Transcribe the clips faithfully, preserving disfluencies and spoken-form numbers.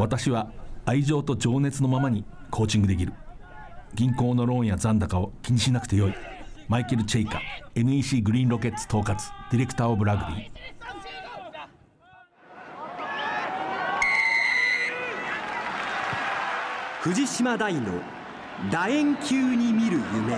私は愛情と情熱のままにコーチングできる。銀行のローンや残高を気にしなくてよい。マイケル・チェイカ エヌイーシー グリーンロケッツ統括ディレクターオブラグビー。 藤島大の楕円球に見る夢。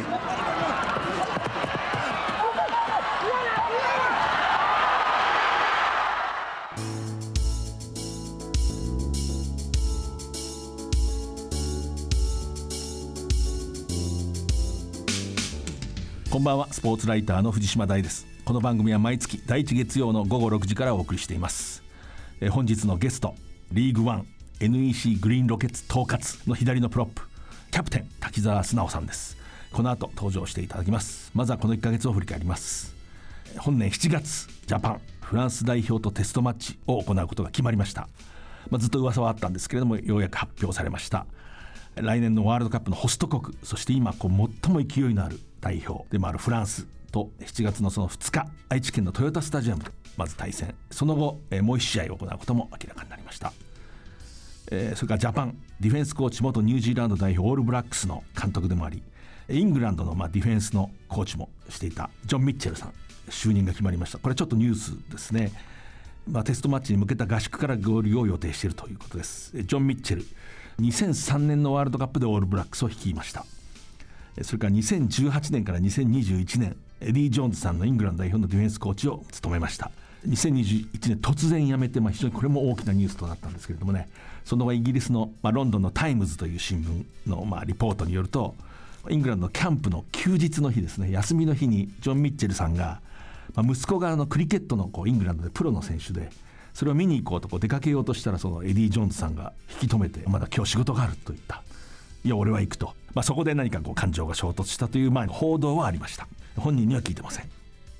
こんばんは、スポーツライターの藤島大です。この番組は毎月だいいち月曜の午後ろくじからお送りしています。え本日のゲスト、リーグワン エヌイーシー グリーンロケッツ統括の左のプロップ、キャプテン滝沢素直さんです。この後登場していただきます。まずはこのいっかげつを振り返ります。本年しちがつ、ジャパンフランス代表とテストマッチを行うことが決まりました。まあ、ずっと噂はあったんですけれども、ようやく発表されました。来年のワールドカップのホスト国、そして今こう最も勢いのある代表でもあるフランスとしちがつのそのふつか、愛知県のトヨタスタジアムでまず対戦、その後えもういち試合を行うことも明らかになりました。えー、それからジャパンディフェンスコーチ、元ニュージーランド代表オールブラックスの監督でもあり、イングランドのまあディフェンスのコーチもしていたジョン・ミッチェルさん、就任が決まりました。これちょっとニュースですね。まあ、テストマッチに向けた合宿から合流を予定しているということです。ジョン・ミッチェル、にせんさんねんのワールドカップでオールブラックスを率いました。それからにせんじゅうはちねんからにせんにじゅういちねん、エディ・ジョーンズさんのイングランド代表のディフェンスコーチを務めました。にせんにじゅういちねん突然辞めて、まあ、非常にこれも大きなニュースとなったんですけれどもね、その後イギリスの、まあ、ロンドンのタイムズという新聞の、まあ、リポートによると、イングランドのキャンプの休日の日ですね、休みの日にジョン・ミッチェルさんが、まあ、息子があのクリケットのこうイングランドでプロの選手で、それを見に行こうとこう出かけようとしたら、そのエディ・ジョーンズさんが引き止めて、まだ今日仕事があると言った。いや俺は行くと、まあ、そこで何かこう感情が衝突したという、まあ、報道はありました。本人には聞いてません。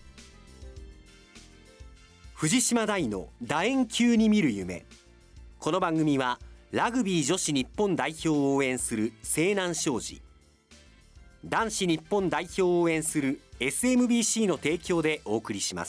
藤島大の楕円球に見る夢。この番組はラグビー女子日本代表を応援する西南商事、男子日本代表を応援する エスエムビーシー の提供でお送りします。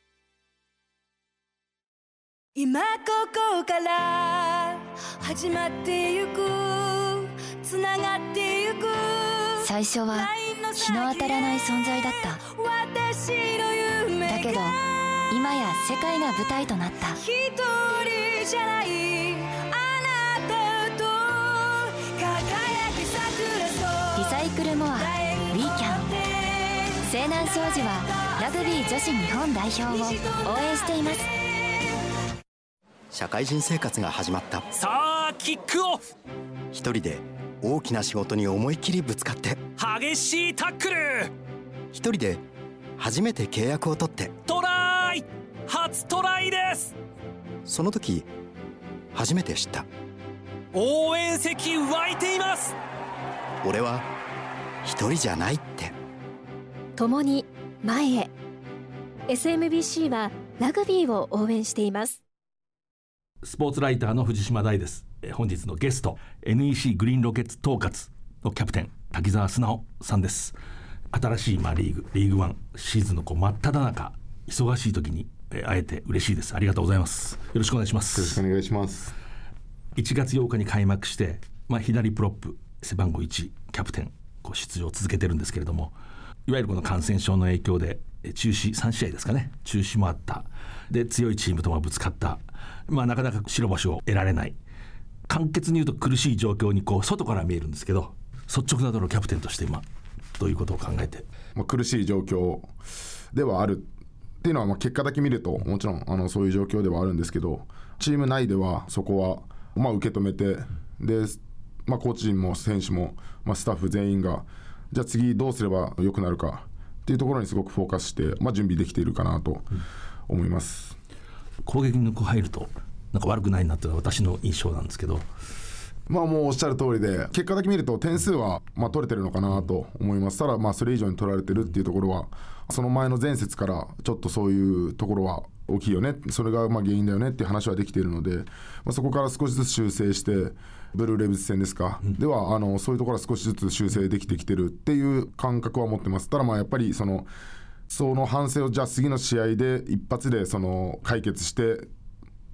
今ここから始まってゆく、つながってゆく。 最初は日の当たらない存在だった。 私の夢がだけど今や世界が舞台となった。 一人じゃないあなたと輝き桜とリサイクルモアウィーキャン。西南商事はラグビー女子日本代表を応援しています。 社会人生活が始まった。 さあキックオフ。 一人で大きな仕事に思いっきりぶつかって、 激しいタックル。 一人で初めて契約を取って、 トライ。初トライです。 その時初めて知った。 応援席湧いています。 俺は一人じゃないって。 共に前へ。 エスエムビーシー はラグビーを応援しています。 スポーツライターの藤島大です。本日のゲスト エヌイーシー グリーンロケッツ統括のキャプテン滝沢素直さんです。新しいまあリーグリーグワンシーズンのこう真っ只中、忙しい時に会えて嬉しいです。ありがとうございます。よろしくお願いします。 よろしくお願いします。 いちがつようかに開幕して、まあ、左プロップ背番号いちキャプテンこう出場を続けてるんですけれども、いわゆるこの感染症の影響で中止さん試合ですかね、中止もあった。で強いチームともぶつかった。まあ、なかなか白星を得られない、簡潔に言うと苦しい状況にこう外から見えるんですけど、率直なところキャプテンとして今どういうことを考えて。 まあ、苦しい状況ではあるっていうのは、まあ結果だけ見るともちろんあのそういう状況ではあるんですけど、チーム内ではそこはまあ受け止めて、で、まあ、コーチ陣も選手も、まあ、スタッフ全員がじゃあ次どうすれば良くなるかっていうところにすごくフォーカスして、まあ、準備できているかなと思います。 攻撃に入るとなんか悪くないなっていうのは私の印象なんですけど、 まあもうおっしゃる通りで、結果だけ見ると点数はまあ取れてるのかなと思います。ただまあそれ以上に取られてるっていうところは、その前の前節からちょっとそういうところは大きいよね、それがまあ原因だよねっていう話はできているので、まあ、そこから少しずつ修正して、ブルーレヴズ戦ですか、うん、ではあのそういうところは少しずつ修正できてきてるっていう感覚は持ってます。ただまあやっぱりそのその反省をじゃあ次の試合で一発でその解決して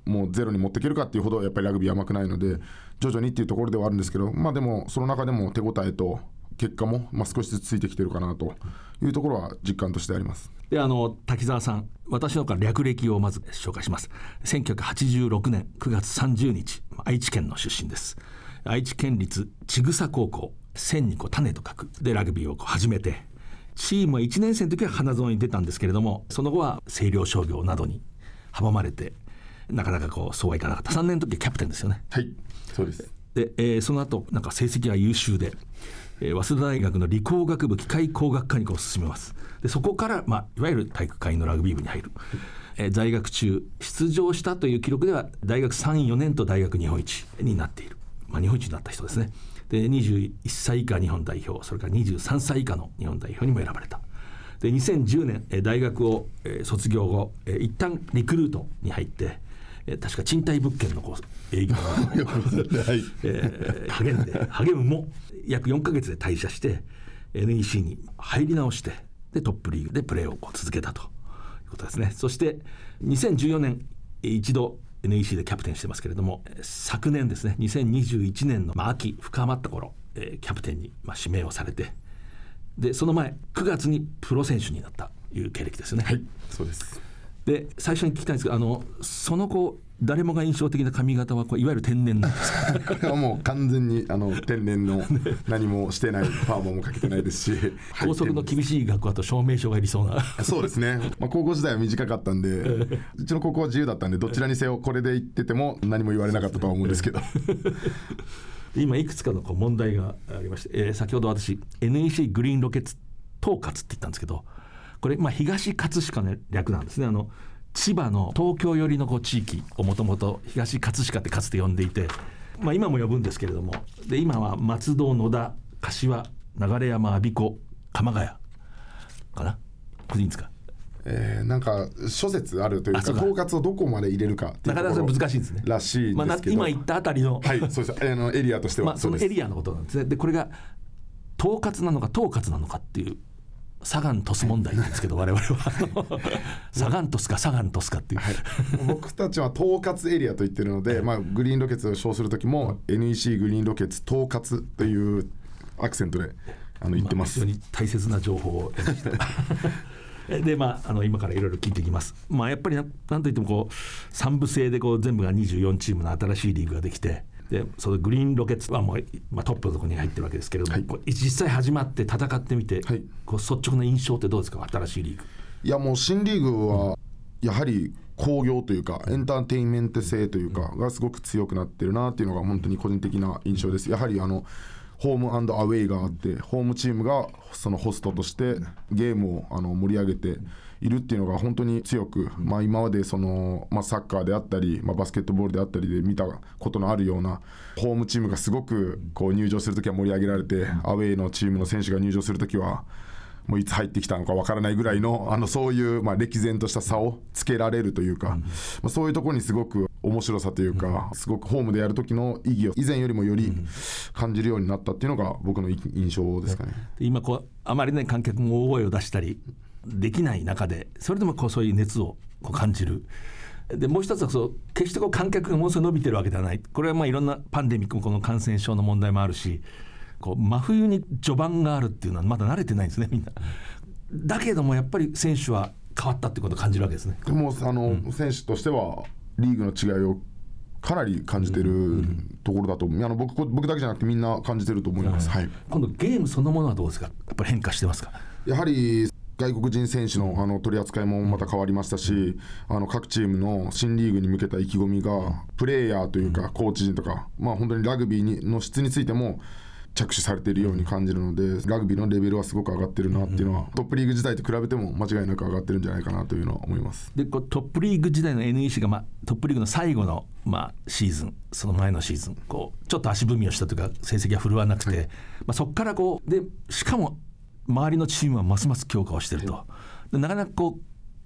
もうゼロに持っていけるかっていうほどやっぱりラグビー甘くないので、徐々にっていうところではあるんですけど、まあでもその中でも手応えと結果もまあ少しずつついてきてるかなというところは実感としてあります。 であの滝沢さん、私のから略歴をまず紹介します。せんきゅうひゃくはちじゅうろくねんくがつさんじゅうにち、愛知県の出身です。愛知県立千種高校、千にこ種と書くでラグビーをこう始めて、チームはいちねん生の時は花園に出たんですけれども、その後は星稜商業などに阻まれてなかなかこうそうはいかなかった。さんねんの時はキャプテンですよね。 はい、そうです。 で、えー、その後なんか成績が優秀で、えー、早稲田大学の理工学部機械工学科にこう進めます。でそこから、まあ、いわゆる体育会のラグビー部に入る、えー、在学中出場したという記録では大学さん、よねんと大学日本一になっている、まあ、日本一になった人ですね。でにじゅういっさい以下日本代表、それからにじゅうさんさい以下の日本代表にも選ばれた。でにせんじゅうねん、えー、大学を、えー、卒業後、えー、一旦リクルートに入って、えー、確か賃貸物件のこう営業を、はいえー、励んで励むも約よんかげつで退社して エヌイーシー に入り直して、でトップリーグでプレーをこう続けたということですね。そしてにせんじゅうよねん一度 エヌイーシー でキャプテンしてますけれども、昨年ですねにせんにじゅういちねんの、まあ、秋深まった頃、えー、キャプテンに、まあ、指名をされて、でその前くがつにプロ選手になったという経歴ですね。 はい、そうです。 で最初に聞きたいんですけど、あのその子誰もが印象的な髪型はこういわゆる天然なんですか？ これはもう完全にあの天然の何もしてない、パーマもかけてないですし校則の厳しい学校だと証明書がいりそうなそうですね、まあ、高校時代は短かったんでうちの高校は自由だったんで、どちらにせよこれで言ってても何も言われなかったとは思うんですけど今いくつかのこう問題がありまして、えー、先ほど私 エヌイーシー グリーンロケッツ東葛って言ったんですけど、これまあ東葛飾の略なんですね。あの千葉の東京寄りのこう地域をもともと東葛飾ってかつて呼んでいて、まあ、今も呼ぶんですけれども、で今は松戸、野田、柏、流山、我孫子、鎌ヶ谷かな、これでいいんですか？ えー、なんか諸説あるというか、統括をどこまで入れるかっていうところなかなか難しいんですね。 らしいんですけど、 まあ、今言ったあたりの、 はい、そうです、あのエリアとしては、 まあ、そのエリアのことなんですね。でこれが統括なのか統括なのかっていうサガン鳥栖問題なんですけど、我々はサガン鳥栖かサガン鳥栖かっていう、はい、 僕たちは統括エリアと言ってるので、まあ、グリーンロケッツを称するときも エヌイーシー グリーンロケッツ統括というアクセントであの言ってます。 まあ、非常に大切な情報を得ましたで、まあ、あの今からいろいろ聞いていきます。まあ、やっぱり な, なんといってもこう三部制でこう全部がにじゅうよんチームの新しいリーグができて、でそのグリーンロケッツはもう、まあ、トップのところに入ってるわけですけれども、はい、こう実際始まって戦ってみて、はい、こう率直な印象ってどうですか？新しいリーグ。 いやもう新リーグはやはり興行というかエンターテインメント性というかがすごく強くなってるなっていうのが本当に個人的な印象です。やはりあのホーム&アウェイがあって、ホームチームがそのホストとしてゲームをあの盛り上げているっていうのが本当に強く、まあ、今までその、まあ、サッカーであったり、まあ、バスケットボールであったりで見たことのあるようなホームチームがすごくこう入場するときは盛り上げられて、アウェイのチームの選手が入場するときはもういつ入ってきたのかわからないぐらいの、あのそういうまあ歴然とした差をつけられるというか、まあ、そういうところにすごく面白さというか、すごくホームでやる時の意義を以前よりもより感じるようになったっていうのが僕の印象ですかね。 今こうあまりね観客も大声を出したりできない中で、それでもこうそういう熱をこう感じる。でもう一つはそう決してこう観客がものすごい伸びてるわけではない。これはまあいろんなパンデミックもこの感染症の問題もあるし、こう真冬に序盤があるっていうのはまだ慣れてないんですね、みんな。だけどもやっぱり選手は変わったってことを感じるわけですね。 でもあの、うん、選手としてはリーグの違いをかなり感じてるところだと思う。あの 僕, 僕だけじゃなくてみんな感じてると思います、はい、 今度ゲームそのものはどうですか？やっぱり変化してますか？ やはり外国人選手 の, あの取り扱いもまた変わりましたし、あの各チームの新リーグに向けた意気込みがプレーヤーというかコーチ陣とか、まあ、本当にラグビーにの質についても着手されているように感じるので、ラグビーのレベルはすごく上がってるなっていうのは、トップリーグ時代と比べても間違いなく上がってるんじゃないかなというのは思います。 でこうトップリーグ時代の エヌイーシー が、まあ、トップリーグの最後の、まあ、シーズン、その前のシーズンこうちょっと足踏みをしたというか成績が振るわなくて、はい、まあ、そこからこうでしかも周りのチームはますます強化をしていると、でなかなかこう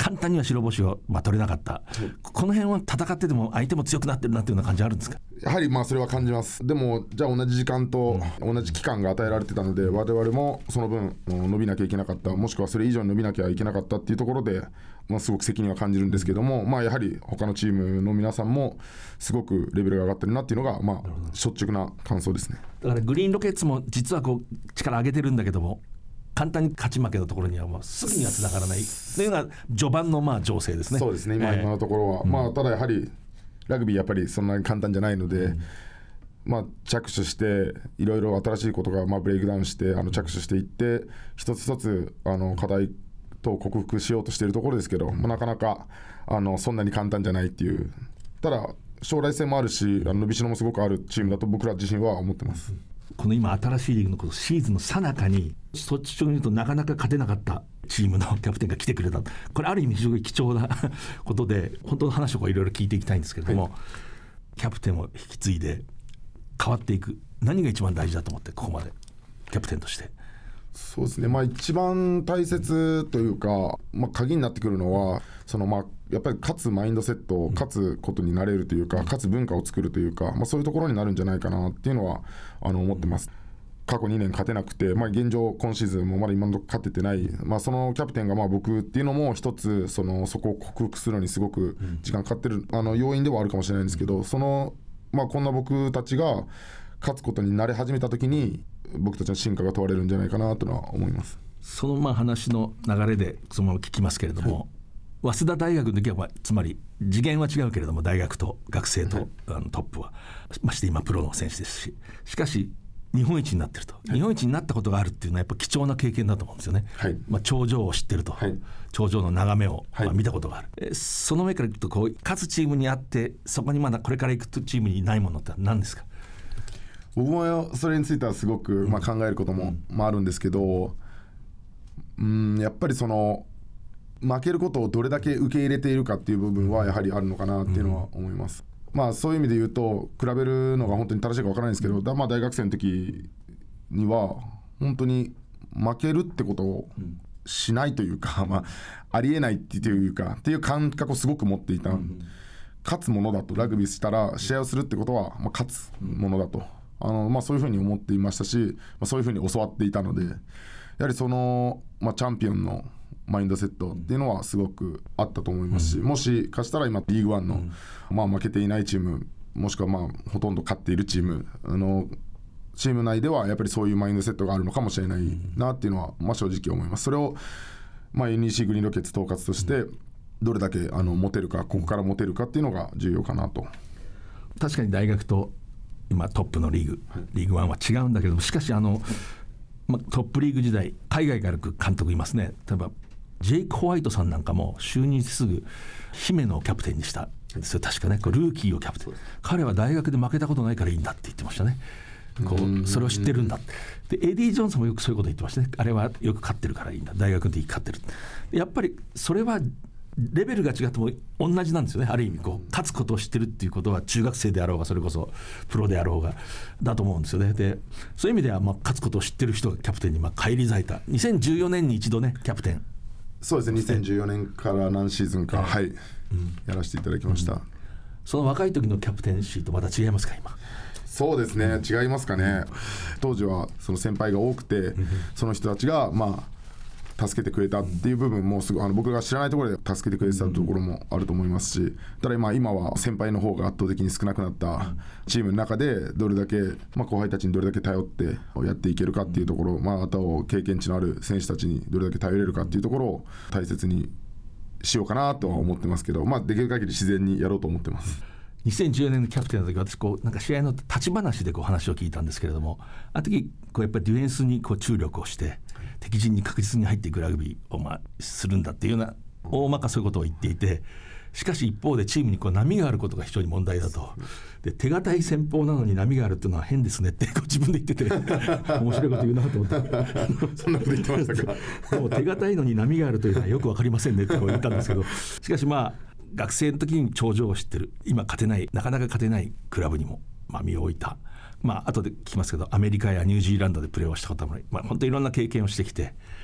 簡単には白星を、まあ、取れなかった、はい、この辺は戦ってても相手も強くなってるなっていうような感じあるんですか？ やはりまあそれは感じます。でもじゃあ同じ時間と同じ期間が与えられてたので、我々もその分伸びなきゃいけなかった、もしくはそれ以上に伸びなきゃいけなかったっていうところで、まあ、すごく責任は感じるんですけども、まあ、やはり他のチームの皆さんもすごくレベルが上がってるなっていうのが、まあ、率直な感想ですね。 だからグリーンロケッツも実はこう力上げてるんだけども、簡単に勝ち負けのところにはもうすぐにはつながらないというのが序盤のまあ情勢ですね。 そうですね、今、今のところは、えーまあ、ただやはりラグビーやっぱりそんなに簡単じゃないので、うん、まあ、着手していろいろ新しいことがまあブレイクダウンしてあの着手していって一つ一つあの課題と克服しようとしているところですけど、まあ、なかなかあのそんなに簡単じゃないっていう、ただ将来性もあるしあの伸びしろもすごくあるチームだと僕ら自身は思ってます。 この今新しいリーグのこのシーズンの最中に率直に言うとなかなか勝てなかったチームのキャプテンが来てくれた、これある意味非常に貴重なことで本当の話をいろいろ聞いていきたいんですけれども、はい、キャプテンを引き継いで変わっていく、何が一番大事だと思ってここまでキャプテンとして？ そうですね、まあ、一番大切というか、まあ、鍵になってくるのはその、まあ、やっぱり勝つマインドセット、勝つことになれるというか、勝つ文化を作るというか、まあ、そういうところになるんじゃないかなっていうのはあの思ってます。過去にねん勝てなくて、まあ、現状今シーズンもまだ今のところ勝ててない、まあ、そのキャプテンがまあ僕っていうのも一つ そのそこを克服するのにすごく時間かかってるあの要因ではあるかもしれないんですけど、その、まあ、こんな僕たちが勝つことに慣れ始めた時に僕たちの進化が問われるんじゃないかなというのは思います。 そのまあ話の流れでそのまま聞きますけれども、はい、早稲田大学の時は、まあ、つまり次元は違うけれども大学と学生と、はい、あのトップはまして今プロの選手ですし、しかし日本一になってると、はい、日本一になったことがあるっていうのはやっぱ貴重な経験だと思うんですよね、はい、まあ、頂上を知ってると、はい、頂上の眺めを、まあ、見たことがある、はい、えその上からいくとこう勝つチームにあってそこにまだこれから行くチームにないものって何ですか？ 僕もそれについてはすごく、まあ、考えることも、まあ、あるんですけど、うん、やっぱりその負けることをどれだけ受け入れているかっていう部分はやはりあるのかなっていうのは思います、うん、まあ、そういう意味で言うと比べるのが本当に正しいか分からないんですけど、だまあ大学生の時には本当に負けるってことをしないというか、まあ、ありえないっていうかっていう感覚をすごく持っていた、うん、勝つものだと、ラグビーしたら試合をするってことは、まあ、勝つものだと、あの、まあ、そういうふうに思っていましたし、まあ、そういうふうに教わっていたので、やはりその、まあ、チャンピオンのマインドセットっていうのはすごくあったと思いますし、うん、もしかしたら今リーグワンの、うん、まあ、負けていないチームもしくはまあほとんど勝っているチームあのチーム内ではやっぱりそういうマインドセットがあるのかもしれないなっていうのは、まあ、正直思います。それを、まあ、エヌイーシー グリーンロケッツ統括としてどれだけあの持てるか、ここから持てるかっていうのが重要かなと。 確かに大学と今トップのリーグ、リーグワンは違うんだけども、しかしあの、まあ、トップリーグ時代海外から来る監督いますね。例えばジェイク・ホワイトさんなんかも就任すぐ姫野をキャプテンにしたんですよ、確かね。こうルーキーをキャプテン、彼は大学で負けたことないからいいんだって言ってましたね。こうそれを知ってるんだで、エディ・ジョンソンもよくそういうこと言ってましたね。あれはよく勝ってるからいいんだ、大学の時勝ってる。やっぱりそれはレベルが違っても同じなんですよね。ある意味こう勝つことを知ってるっていうことは中学生であろうがそれこそプロであろうがだと思うんですよね。でそういう意味ではまあ勝つことを知ってる人がキャプテンにまあ返り咲いた。にせんじゅうよねんに一度ねキャプテン、 そうですね、にせんじゅうよねんから何シーズンか、はい、うん、やらせていただきました、うん、 その若い時のキャプテンシーとまた違いますか今？ そうですね、違いますかね、うん、当時はその先輩が多くて、うん、その人たちがまあ助けてくれたっていう部分もすごいあの僕が知らないところで助けてくれてたところもあると思いますし、ただ今今は先輩の方が圧倒的に少なくなったチームの中でどれだけ、まあ、後輩たちにどれだけ頼ってやっていけるかっていうところ、まあ、あと経験値のある選手たちにどれだけ頼れるかっていうところを大切にしようかなとは思ってますけど、まあ、できる限り自然にやろうと思ってます。 にせんじゅうよねんのキャプテンの時、私こうなんか試合の立ち話でこう話を聞いたんですけれども、あの時こうやっぱりディフェンスにこう注力をして敵陣に確実に入っていくラグビーをまあするんだっていうような大まかそういうことを言っていて、しかし一方でチームにこう波があることが非常に問題だと。で手堅い戦法なのに波があるっていうのは変ですねってこう自分で言ってて面白いこと言うなと思ってそんなこと言ってましたか？ でも手堅いのに波があるというのはよく分かりませんねってこう言ったんですけど、しかしまあ学生の時に頂上を知ってる、今勝てないなかなか勝てないクラブにもまあ身を置いた、まあ後で聞きますけどアメリカやニュージーランドでプレーをしたことも、まあ、本当にいろんな経験をしてきて、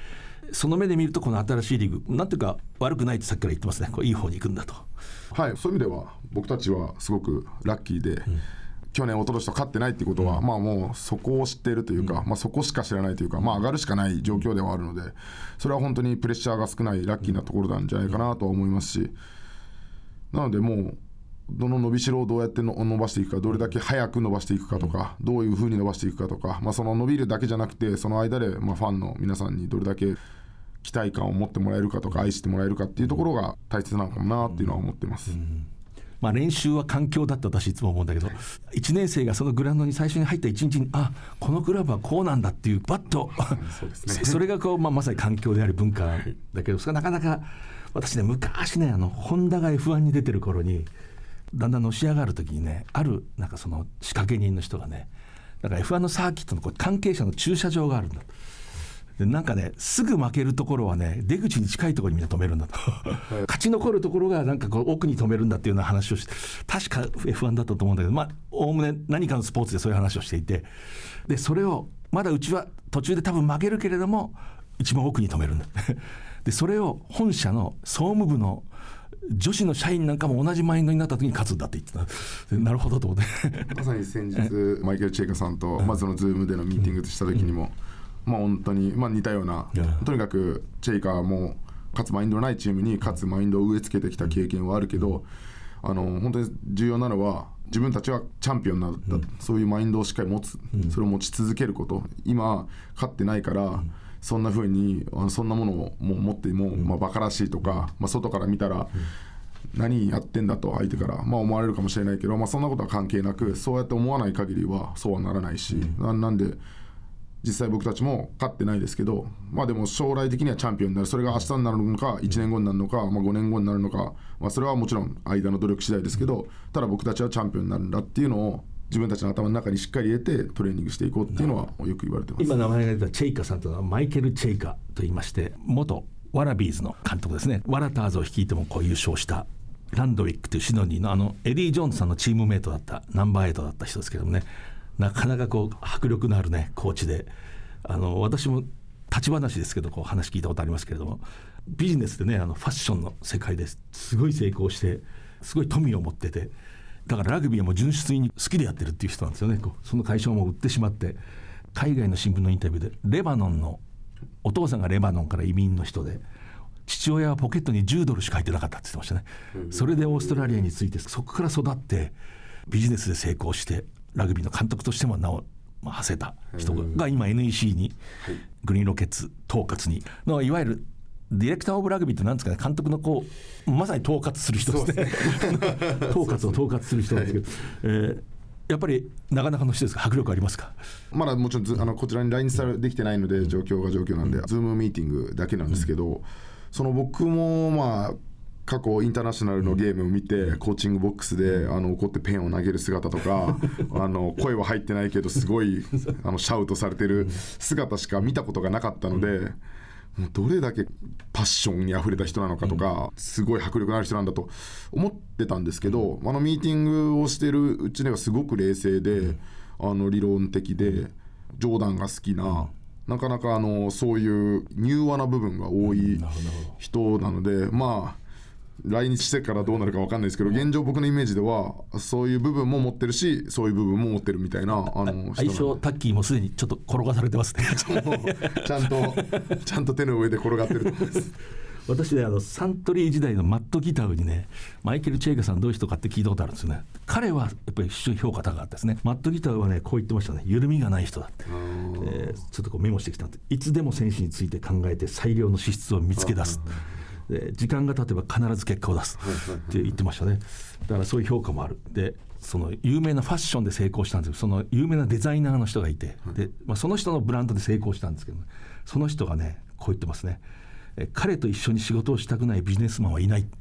その目で見るとこの新しいリーグなんていうか悪くないってさっきから言ってますね。こういい方に行くんだと。 はい、そういう意味では僕たちはすごくラッキーで、うん、去年一昨年と勝ってないっていうことは、うん、まあもうそこを知っているというか、うんまあ、そこしか知らないというか、まあ、上がるしかない状況ではあるので、それは本当にプレッシャーが少ないラッキーなところなんじゃないかなとは思いますし、なのでもうどの伸びしろをどうやっての伸ばしていくか、どれだけ早く伸ばしていくかとか、どういう風に伸ばしていくかとか、まあ、その伸びるだけじゃなくてその間でまあファンの皆さんにどれだけ期待感を持ってもらえるかとか愛してもらえるかっていうところが大切なのかもなっていうのは思っています、うんうんまあ、練習は環境だった私いつも思うんだけど、いちねん生がそのグラウンドに最初に入ったいちにちにあこのクラブはこうなんだっていうバッとそうです、ね、それがこう、まあ、まさに環境であり文化だけど、それがなかなか私ね昔ねあのホンダが エフワン に出てる頃にだんだんのし上がる時にね、あるなんかその仕掛け人の人がね、なんか エフワン のサーキットのこう関係者の駐車場があるんだで、なんかねすぐ負けるところはね出口に近いところにみんな止めるんだと勝ち残るところがなんかこう奥に止めるんだっていうような話をして、確か エフワン だったと思うんだけど、まあおおむね何かのスポーツでそういう話をしていて、でそれをまだうちは途中で多分負けるけれども一番奥に止めるんだでそれを本社の総務部の女子の社員なんかも同じマインドになった時に勝つんだって言ってた。なるほどと思ってまさに先日マイケル・チェイカさんとまずそのズームでのミーティングした時にも、まあ本当にまあ似たような、とにかくチェイカも勝つマインドのないチームに勝つマインドを植え付けてきた経験はあるけど、あの本当に重要なのは自分たちはチャンピオンなんだ、うん、そういうマインドをしっかり持つ、うん、それを持ち続けること。今勝ってないから、うんそんな風にそんなものをもう持っても、まあ、バカらしいとか、まあ、外から見たら何やってんだと相手からまあ思われるかもしれないけど、まあ、そんなことは関係なく、そうやって思わない限りはそうはならないし、な, なんで実際僕たちも勝ってないですけど、まあでも将来的にはチャンピオンになる。それが明日になるのかいちねんごになるのか、まあ、ごねんごになるのか、まあ、それはもちろん間の努力次第ですけど、ただ僕たちはチャンピオンになるんだっていうのを自分たちの頭の中にしっかり入れてトレーニングしていこうっていうのはよく言われてます。 今名前が出たチェイカさんというのはマイケル・チェイカといいまして、元ワラビーズの監督ですね。ワラターズを率いてもこう優勝したランドウィックというシドニーのあのエディ・ジョーンズさんのチームメイトだったナンバーエイトだった人ですけどもね、なかなかこう迫力のあるねコーチで、あの私も立ち話ですけどこう話聞いたことありますけれども、ビジネスでねあのファッションの世界ですごい成功してすごい富を持ってて、だからラグビーはもう純粋に好きでやってるっていう人なんですよね。こうその会社をもう売ってしまって、海外の新聞のインタビューでレバノンのお父さんがレバノンから移民の人で、父親はポケットにじゅうドルしか入ってなかったって言ってましたね。それでオーストラリアについてそこから育ってビジネスで成功してラグビーの監督としても名を馳せた人が今 エヌイーシー にグリーンロケッツ統括にのいわゆるディレクターオブラグビーって何ですかね、監督のこうまさに統括する人ですね統括を統括する人なんですけど、えー、やっぱりなかなかの人ですか。迫力ありますか。 まだもちろんずあのこちらに来日されできてないので状況が状況なんで、うん、ズームミーティングだけなんですけど、うん、その僕もまあ過去インターナショナルのゲームを見て、うん、コーチングボックスであの怒ってペンを投げる姿とかあの声は入ってないけどすごいあのシャウトされてる姿しか見たことがなかったので、うんもうどれだけパッションにあふれた人なのかとか、うん、すごい迫力のある人なんだと思ってたんですけど、うん、あのミーティングをしてるうちにはすごく冷静で、うん、あの理論的で冗談が好きな、うん、なかなかあのそういう柔和な部分が多い人なので、うん、まあ来日してからどうなるか分かんないですけど、現状僕のイメージではそういう部分も持ってるしそういう部分も持ってるみたいなあの相性タッキーもすでにちょっと転がされてますねちゃんとちゃんと手の上で転がってると思います私ねあのサントリー時代のマットギターにねマイケル・チェイカさんどういう人かって聞いたことあるんですよね。彼はやっぱり非常に評価高かったですね。マットギターはねこう言ってましたね。緩みがない人だって、えー、ちょっとこうメモしてきたって、いつでも選手について考えて最良の資質を見つけ出す、で時間が経てば必ず結果を出すって言ってましたね。だからそういう評価もある。でその有名なファッションで成功したんですけど、その有名なデザイナーの人がいて、で、まあ、その人のブランドで成功したんですけど、ね、その人がねこう言ってますね。え彼と一緒に仕事をしたくないビジネスマンはいない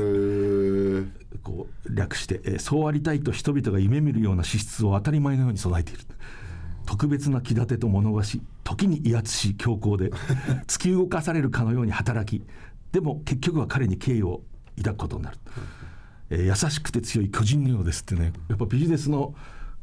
こう略してえそうありたいと人々が夢見るような資質を当たり前のように備えている。特別な気立てと物腰し、時に威圧し強硬で突き動かされるかのように働き、でも結局は彼に敬意を抱くことになる、えー、優しくて強い巨人のようですってね。やっぱビジネスの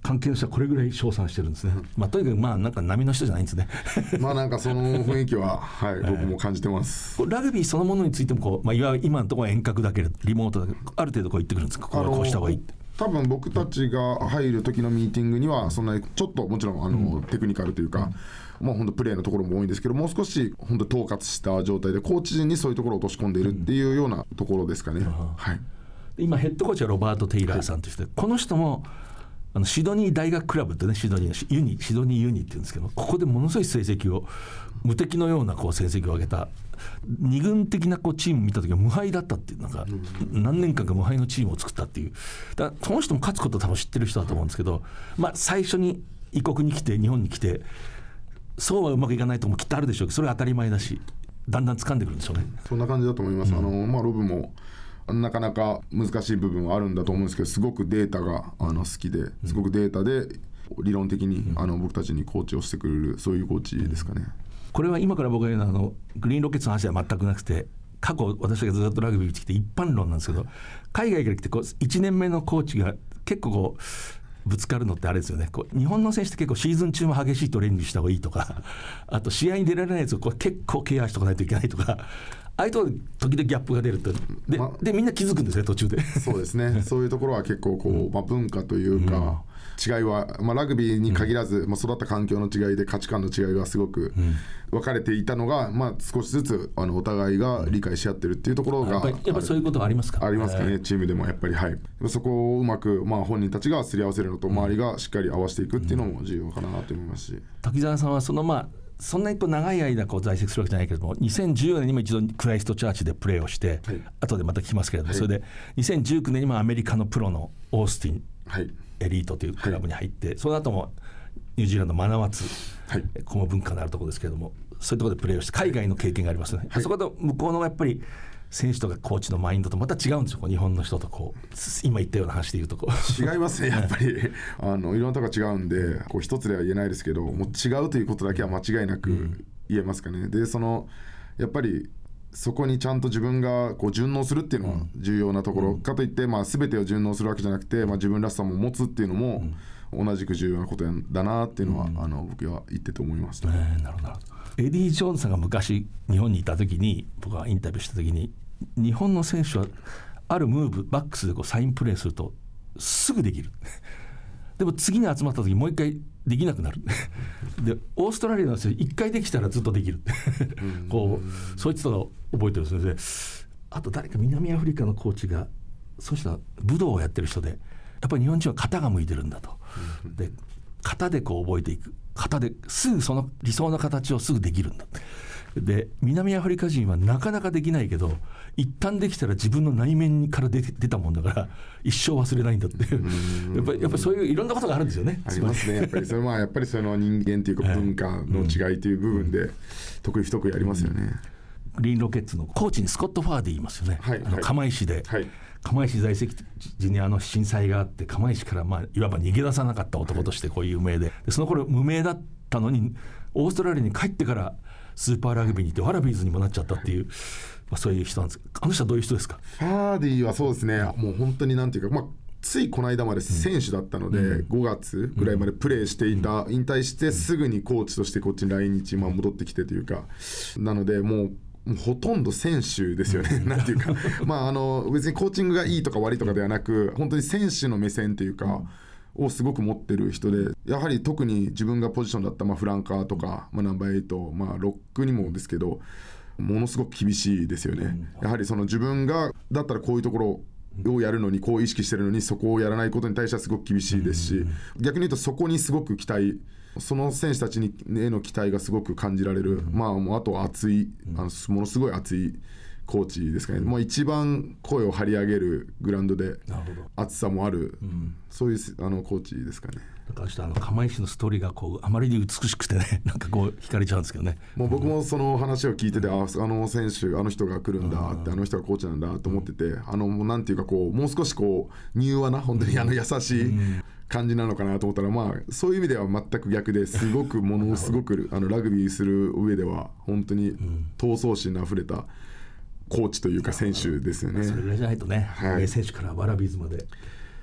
関係の人はこれぐらい称賛してるんですね、まあ、とにかくまあなんか波の人じゃないんですねまあなんかその雰囲気は、はい、僕も感じてます。 ラグビーそのものについてもこう、まあ、いわゆる今のところは遠隔だけれどリモートだけどある程度こう言ってくるんですか、こうこうした方がいいって。 多分僕たちが入る時のミーティングにはそんなにちょっともちろんあの、うん、テクニカルというか、まあ本当プレーのところも多いんですけど、もう少し本当統括した状態でコーチ陣にそういうところを落とし込んでいるっていうようなところですかね、うん、はい。 今ヘッドコーチはロバート・テイラーさんとして、はい、この人もあのシドニー大学クラブってね、シドニーユニシドニーユニって言うんですけど、ここでものすごい成績を無敵のようなこう成績を上げた二軍的なこうチームを見た時は無敗だったっていう、なんか何年間か無敗のチームを作ったっていう、だからその人も勝つことを多分知ってる人だと思うんですけど、まあ、最初に異国に来て日本に来てそうはうまくいかないともきっとあるでしょうけど、それは当たり前だしだんだん掴んでくるんでしょうね。 そんな感じだと思います、うん。あのまあ、ロブもなかなか難しい部分はあるんだと思うんですけど、すごくデータがあの好きですごくデータで理論的にあの僕たちにコーチをしてくれる、そういうコーチですかね。 これは今から僕が言うのはあのグリーンロケッツの話は全くなくて、過去私がずっとラグビーに来て一般論なんですけど、海外から来てこういちねんめのコーチが結構こうぶつかるのってあれですよね。こう日本の選手って結構シーズン中も激しいトレーニングした方がいいとか、あと試合に出られないやつをこう結構ケアしとかないといけないとか、ああいうところで時々ギャップが出ると で,、ま、でみんな気づくんですね途中で。 そうですねそういうところは結構こう、まあ、文化というか、うん違いは、まあ、ラグビーに限らず、うんまあ、育った環境の違いで価値観の違いがすごく分かれていたのが、まあ、少しずつあのお互いが理解し合ってるっていうところが、やっぱり、 やっぱりそういうことはありますか。 ありますかね、チームでもやっぱり、はい、そこをうまく、まあ、本人たちがすり合わせるのと周りがしっかり合わせていくっていうのも重要かなと思いますし、 滝沢さんはそのまあそんなにこう長い間こう在籍するわけじゃないけれども、にせんじゅうよねんにも一度クライストチャーチでプレーをして、はい、後でまた聞きますけれども、はい、それでにせんじゅうきゅうねんにもアメリカのプロのオースティン、はいエリートというクラブに入って、はい、その後もニュージーランドマナワツ、はい、この文化のあるところですけれども、そういうところでプレーをして海外の経験がありますね、はい、そこで向こうのやっぱり選手とかコーチのマインドとまた違うんですよ、日本の人とこう今言ったような話でいうとこう違いますねやっぱりあのいろんなところが違うんで、こう一つでは言えないですけど、もう違うということだけは間違いなく言えますかね、うん、でそのやっぱりそこにちゃんと自分がこう順応するっていうのは重要なところ、うん、かといって、まあ、全てを順応するわけじゃなくて、まあ、自分らしさも持つっていうのも同じく重要なことだなっていうのは、うん、あの僕は言ってて思います、ねえー、なるほど。エディ・ジョーンズさんが昔日本にいた時に、僕がインタビューした時に、日本の選手はあるムーブバックスでこうサインプレーするとすぐできるでも次に集まった時もう一回できなくなるでオーストラリアの選手一回できたらずっとできるこうそういったのを覚えてるんですね。あと誰か南アフリカのコーチがそうした武道をやってる人で、やっぱり日本人は型が向いてるんだと、で型でこう覚えていく、型ですぐその理想の形をすぐできるんだ。で南アフリカ人はなかなかできないけど、一旦できたら自分の内面から出て出たもんだから一生忘れないんだっていうやっぱりやっぱりそういういろんなことがあるんですよね。 ありますねやっぱりそれはやっぱりその人間というか文化の違いという部分で得意不得意ありますよね、うん、 グリーンロケッツのコーチにスコット・ファーディいますよね、はい、あの釜石で、はい、釜石在籍時にあの震災があって、釜石からまあいわば逃げ出さなかった男としてこう有名で、でその頃無名だったのにオーストラリアに帰ってからスーパーラグビーに行ってワラビーズにもなっちゃったっていう、まあ、そういう人なんです。あの人はどういう人ですか。 ファーディはそうですね、もう本当になんていうか、まあ、ついこの間まで選手だったので、うん、ごがつぐらいまでプレーしていた、うん、引退してすぐにコーチとしてこっちに来日、まあ、戻ってきてというか、なのでもうもうほとんど選手ですよねなんていうかまああの別にコーチングがいいとか悪いとかではなく、本当に選手の目線というか、をすごく持ってる人で、やはり特に自分がポジションだった、まあ、フランカーとか、まあ、ナンバーエイト、まあ、ロックにもですけど、ものすごく厳しいですよね。やはりその自分がだったらこういうところをやるのにこう意識してるのに、そこをやらないことに対してはすごく厳しいですし、逆に言うとそこにすごく期待、その選手たちにへの期待がすごく感じられる、まあもうあとは熱い、あのものすごい熱いコーチですかね。もう一番声を張り上げるグラウンドで熱さもある、うん、そういうあのコーチですかね。 だからあの釜石のストーリーがこうあまりに美しくてね、なんかこう惹かれちゃうんですけどね。 もう僕もその話を聞いてて、あ, あの選手あの人が来るんだって、あの人がコーチなんだと思ってて、あのなんていうかこうもう少しこう柔和な本当にあの優しい感じなのかなと思ったら、まあそういう意味では全く逆ですごくものすごくあのラグビーする上では本当に闘争心のあふれたコーチというか選手ですよね。 それぐらいじゃないとね、はい、選手からワラビーズまで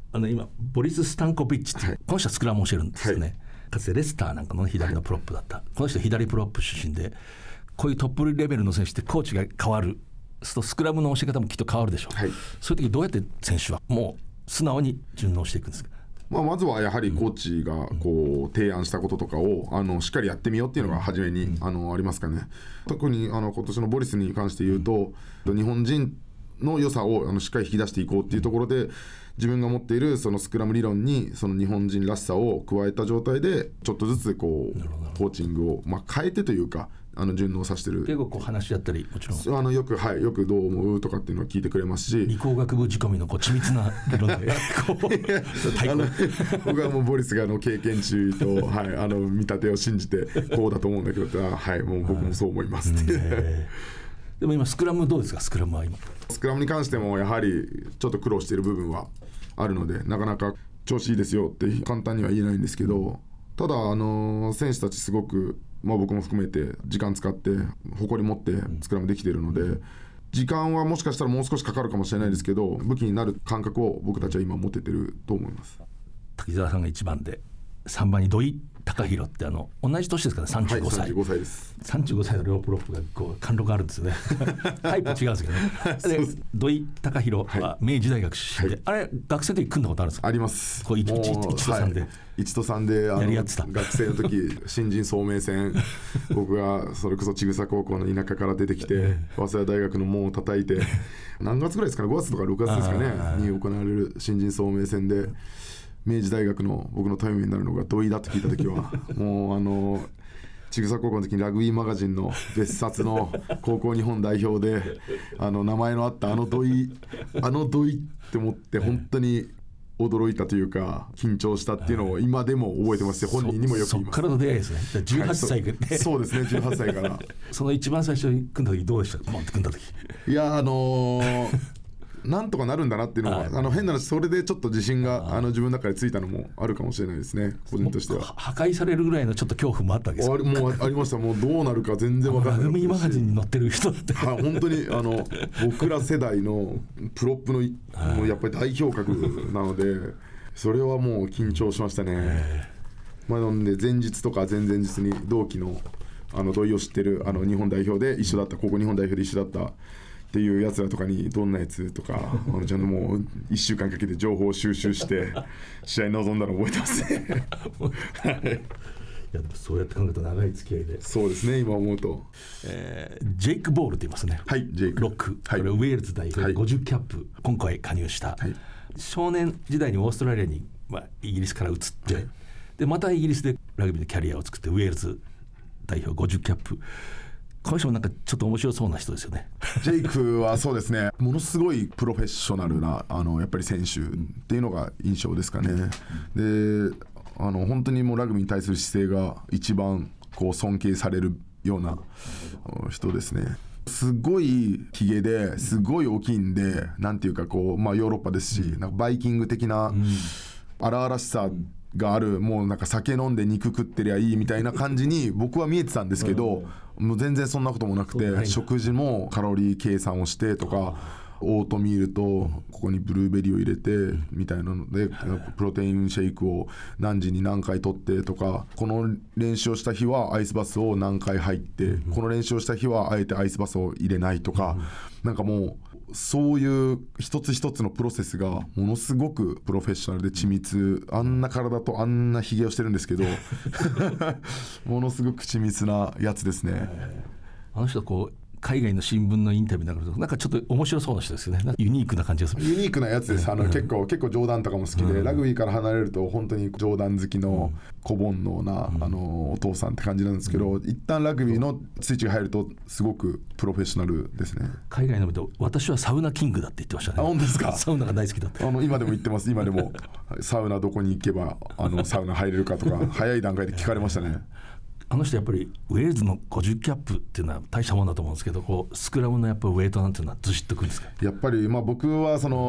あの今ボリス・スタンコビッチっていう、はい、この人はスクラムを教えるんですよね、はい、かつてレスターなんかの左のプロップだった、はい、この人左プロップ出身で、こういうトップレベルの選手ってコーチが変わるとスクラムの教え方もきっと変わるでしょう、はい、そういう時どうやって選手はもう素直に順応していくんですか。 まあ、まずはやはりコーチがこう提案したこととかをあのしっかりやってみようっていうのが初めにあのありますかね。特にあの今年のボリスに関して言うと、日本人の良さをあのしっかり引き出していこうっていうところで、自分が持っているそのスクラム理論にその日本人らしさを加えた状態でちょっとずつこうコーチングをまあ変えてというか、あの順応させてる。 結構こう話し合ったりもちろんあのよく、はい、よくどう思うとかっていうのは聞いてくれますし、 理工学部仕込みのこう緻密な理論であの僕はもうボリスがあの経験値と、はい、あの見立てを信じてこうだと思うんだけど、はい、もう僕もそう思いますって、うん、 でも今スクラムどうですか。スクラムは今スクラムに関してもやはりちょっと苦労している部分はあるので、なかなか調子いいですよって簡単には言えないんですけど、ただあの選手たちすごく、まあ、僕も含めて時間使って誇り持ってスクラムできているので、時間はもしかしたらもう少しかかるかもしれないですけど、武器になる感覚を僕たちは今持ててると思います。 滝沢さんがいちばんで、さんばんに土井貴弘ってあの同じ年ですからね、さんじゅうごさい、はい、さんじゅうごさいです。さんじゅうごさいの両プロップがこう貫禄あるんですよねタイプ違うんですけどねで土井貴弘は明治大学出身で、はい、あれ学生の時組んだことあるんですか。 あります。 こう いちとさんで、はい、 いちとさんであの学生の時新人早明戦僕がそれこそ千草高校の田舎から出てきて早稲田大学の門を叩いて何月ぐらいですかね、ごがつとかろくがつですかねに行われる新人早明戦で、明治大学の僕のタイムになるのが土井だと聞いた時はもうあの千草高校の時にラグビーマガジンの別冊の高校日本代表であの名前のあったあの土井あの土井って思って本当に驚いたというか緊張したっていうのを今でも覚えてますし、本人にもよく言います。 そっからの出会いですね。じゅうはっさいで、はい、 そ, そうですねじゅうはっさいからその一番最初に組んだ時どうでしたか。組んだ時いやあのーなんとかなるんだなっていうのは、あの変な話、それでちょっと自信があの自分の中でついたのもあるかもしれないですね、個人としては。 破壊されるぐらいのちょっと恐怖もあったわけですか。 あもうありました。もうどうなるか全然分からない。 ラグビーマガジンに載ってる人って、 はい、本当にあの僕ら世代のプロップのもうやっぱり代表格なのでそれはもう緊張しましたね。まあ、なので前日とか前々日に同期のあの土井を知ってるあの日本代表で一緒だった高校日本代表で一緒だったっていうやつらとかにどんなやつとかあのちゃんともういっしゅうかんかけて情報を収集して試合に臨んだの覚えてますねはい、いやでもそうやって考えると長い付き合いで。 そうですね今思うと、 えー、ジェイク・ボールって言いますね。 はいジェイクロック、はい、これウェールズ代表、はい、ごじゅうキャップ今回加入した、はい、少年時代にオーストラリアに、まあ、イギリスから移って、はい、でまたイギリスでラグビーのキャリアを作ってウェールズ代表ごじゅうキャップ。この人もなんかちょっと面白そうな人ですよね。 ジェイクはそうですねものすごいプロフェッショナルなあのやっぱり選手っていうのが印象ですかね。であの本当にもうラグビーに対する姿勢が一番こう尊敬されるような人ですね。すごいヒゲですごい大きいんでなんていうかこう、まあ、ヨーロッパですしなんかバイキング的な荒々しさがある、もうなんか酒飲んで肉食ってりゃいいみたいな感じに僕は見えてたんですけど、もう全然そんなこともなくて、食事もカロリー計算をしてとか、オートミールとここにブルーベリーを入れてみたいなのでプロテインシェイクを何時に何回取ってとか、この練習をした日はアイスバスを何回入って、この練習をした日はあえてアイスバスを入れないとか、なんかもうそういう一つ一つのプロセスがものすごくプロフェッショナルで緻密。あんな体とあんなひげをしてるんですけどものすごく緻密なやつですね。 あの人こう海外の新聞のインタビューになるとなんかちょっと面白そうな人ですよね。ユニークな感じがする。 ユニークなやつです。あの、うん、結構結構冗談とかも好きで、うん、ラグビーから離れると本当に冗談好きの小煩悩な、うん、あのお父さんって感じなんですけど、うん、一旦ラグビーのスイッチが入るとすごくプロフェッショナルですね。 海外の見ると私はサウナキングだって言ってましたね。 あ、本当ですか。 サウナが大好きだって。 あの今でも言ってます。今でもサウナどこに行けばあのサウナ入れるかとか早い段階で聞かれましたね。 あの人やっぱりウェールズのごじゅうキャップっていうのは大したもんだと思うんですけど、こうスクラムのやっぱウェイトなんていうのはずしっとくるんですか。 やっぱりまあ僕はその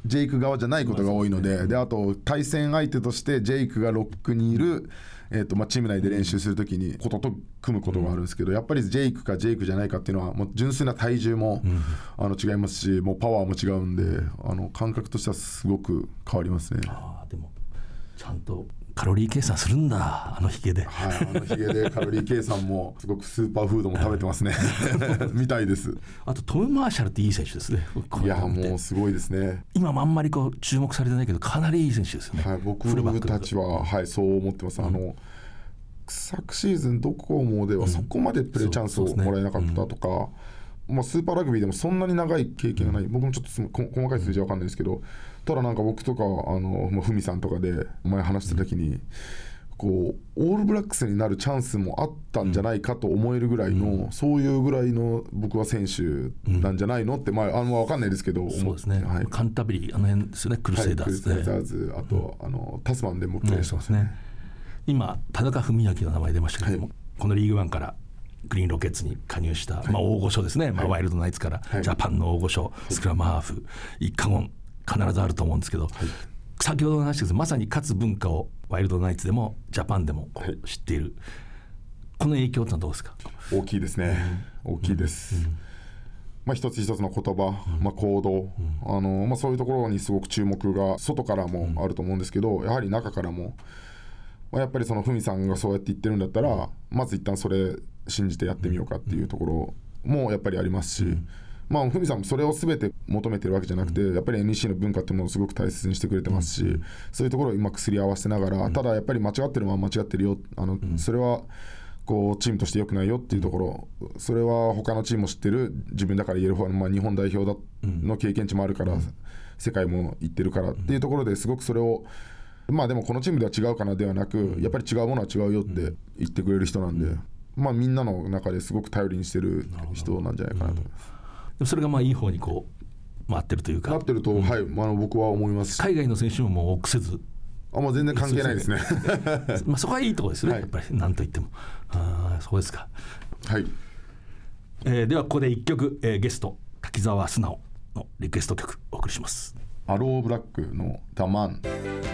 ジェイク側じゃないことが多いので、であと対戦相手としてジェイクがロックにいる、えーとまあ、チーム内で練習するときにことと組むことがあるんですけど、やっぱりジェイクかジェイクじゃないかっていうのはもう純粋な体重も、うん、あの違いますし、もうパワーも違うんで、あの感覚としてはすごく変わりますね。 あでもちゃんとカロリー計算するんだ、あのヒゲで。 はい、あのヒゲでカロリー計算もすごくスーパーフードも食べてますねみたいです。 あとトム・マーシャルっていい選手ですね。 いやもうすごいですね。 今もあんまりこう注目されてないけどかなりいい選手ですよね。 はい、僕たちは、はい、そう思ってます。あの、うん、昨シーズンドコモではそこまでプレーチャンスをもらえなかったとか、うんまあ、スーパーラグビーでもそんなに長い経験がない、僕もちょっと細かい数字は分かんないですけど、ただなんか僕とかあのふみさんとかで前話した時にこうオールブラックスになるチャンスもあったんじゃないかと思えるぐらいの、うん、そういうぐらいの僕は選手なんじゃないのって、まあ、あの分かんないですけど、 そうですね、はい、カンタベリーあの辺ですよね、クルセイダーズで、 はい、クルセイダーズ、あと、うん、あのタスマンでもプレーしてますね、うん、 今田中文明の名前出ましたけども、はい、このリーグワンからグリーンロケッツに加入した、はいまあ、大御所ですね、はいまあ、ワイルドナイツから、はい、ジャパンの大御所、スクラムハーフ一家言必ずあると思うんですけど、はい、先ほどの話ですまさに勝つ文化をワイルドナイツでもジャパンでも知っている、はい、この影響ってのはどうですか？ 大きいですね、うん、大きいです、うんまあ、一つ一つの言葉、うんまあ、行動、うんあのまあ、そういうところにすごく注目が外からもあると思うんですけど、やはり中からも、まあ、やっぱりそのふみさんがそうやって言ってるんだったらまず一旦それ信じてやってみようかっていうところもやっぱりありますし、うんまあ、ふみさんもそれを全て求めてるわけじゃなくて、やっぱり エヌイーシー の文化っていうのをすごく大切にしてくれてますし、そういうところをうまくすり合わせながら、ただやっぱり間違ってるのは間違ってるよ、あのそれはこうチームとして良くないよっていうところ、それは他のチームも知ってる、自分だから言える方、まあ、日本代表だの経験値もあるから、世界も行ってるからっていうところですごくそれを、まあでもこのチームでは違うかなではなく、やっぱり違うものは違うよって言ってくれる人なんで、まあ、みんなの中ですごく頼りにしてる人なんじゃないかなと思います。 でもそれがまあいい方にこう回ってるというか、 回ってると、うん、はい、あの僕は思います。 海外の選手ももう臆せず、 あもう全然関係ないですねまあそこはいいところですね、はい、やっぱり何と言っても。あそうですか、 はいえー、ではここでいっきょく、えー、ゲスト滝沢素直のリクエスト曲お送りします。 アローブラックのダマン。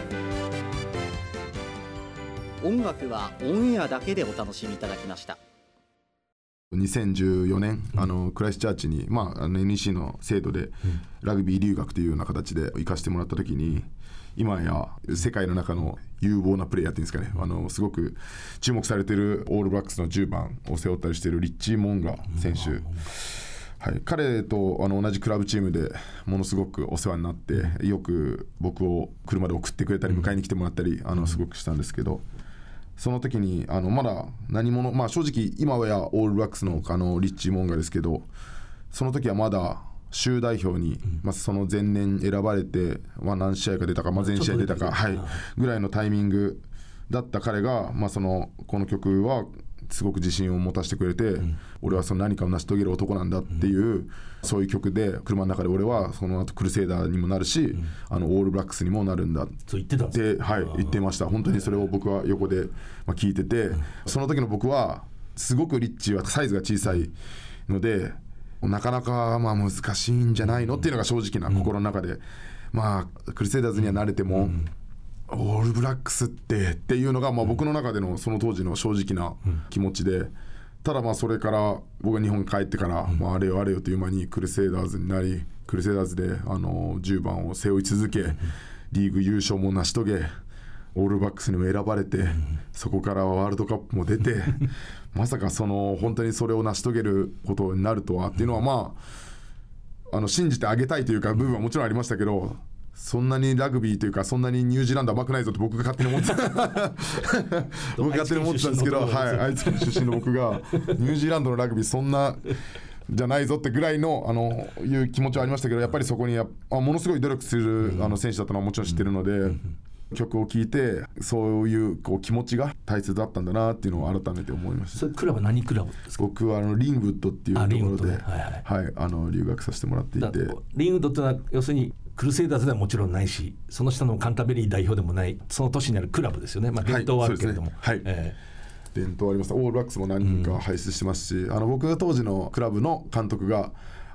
音楽はオンエアだけでお楽しみいただきました。 にせんじゅうよねん、うん、あのクライストチャーチに、まあ、あの エヌイーシー の制度でラグビー留学というような形で行かせてもらった時に、今や世界の中の有望なプレイヤーっていうんですかね、あのすごく注目されているオールブラックスのじゅうばんを背負ったりしているリッチー・モンガ選手、うんはい、彼とあの同じクラブチームでものすごくお世話になって、よく僕を車で送ってくれたり迎えに来てもらったり、あのすごくしたんですけど、その時にあのまだ何者、まあ、正直今はやオールブラックス の, あのリッチー・モンガですけど、その時はまだ州代表に、まあ、その前年選ばれて、まあ、何試合か出たか、まあ、全試合出たか、はい、ぐらいのタイミングだった彼が、まあ、そのこの曲はすごく自信を持たせてくれて、うん、俺はその何かを成し遂げる男なんだっていう、うん、そういう曲で、車の中で俺はその後クルセイダーにもなるし、うん、あのオールブラックスにもなるんだってそう言ってたんですか？ はい、言ってました。本当にそれを僕は横でまあ聞いてて、うん、その時の僕はすごくリッチーはサイズが小さいので、なかなかまあ難しいんじゃないのっていうのが正直な心の中で、うん、まあクルセイダーズには慣れても、うんオールブラックスってっていうのが、まあ、僕の中でのその当時の正直な気持ちで、うん、ただまあそれから僕が日本に帰ってから、うんまあ、あれよあれよという間にクルセイダーズになり、クルセイダーズであのじゅうばんを背負い続け、うん、リーグ優勝も成し遂げ、オールバックスにも選ばれて、うん、そこからワールドカップも出てまさかその本当にそれを成し遂げることになるとはっていうのは、まあ、あの信じてあげたいというか部分はもちろんありましたけど、そんなにラグビーというかそんなにニュージーランド甘くないぞって僕が勝手に思ってた僕が勝手に思ってたんですけど、はい、愛知県出身の僕がニュージーランドのラグビーそんなじゃないぞってぐらいのあのいう気持ちはありましたけど、やっぱりそこにやあものすごい努力するあの選手だったのはもちろん知ってるので、曲を聴いてそういうこう気持ちが大切だったんだなっていうのを改めて思いました。 それクラブは何クラブですか？ 僕はあのリンウッドっていうところで、ねはいはいはい、あの留学させてもらっていて、 リンウッドってのは要するにクルセイダーズではもちろんないし、その下のカンタベリー代表でもない、その都市にあるクラブですよね。まあ、伝統はあるけれども、 はい、そうですね、はいえー、伝統あります。オールブラックスも何人か輩出してますし、うん、あの僕が当時のクラブの監督が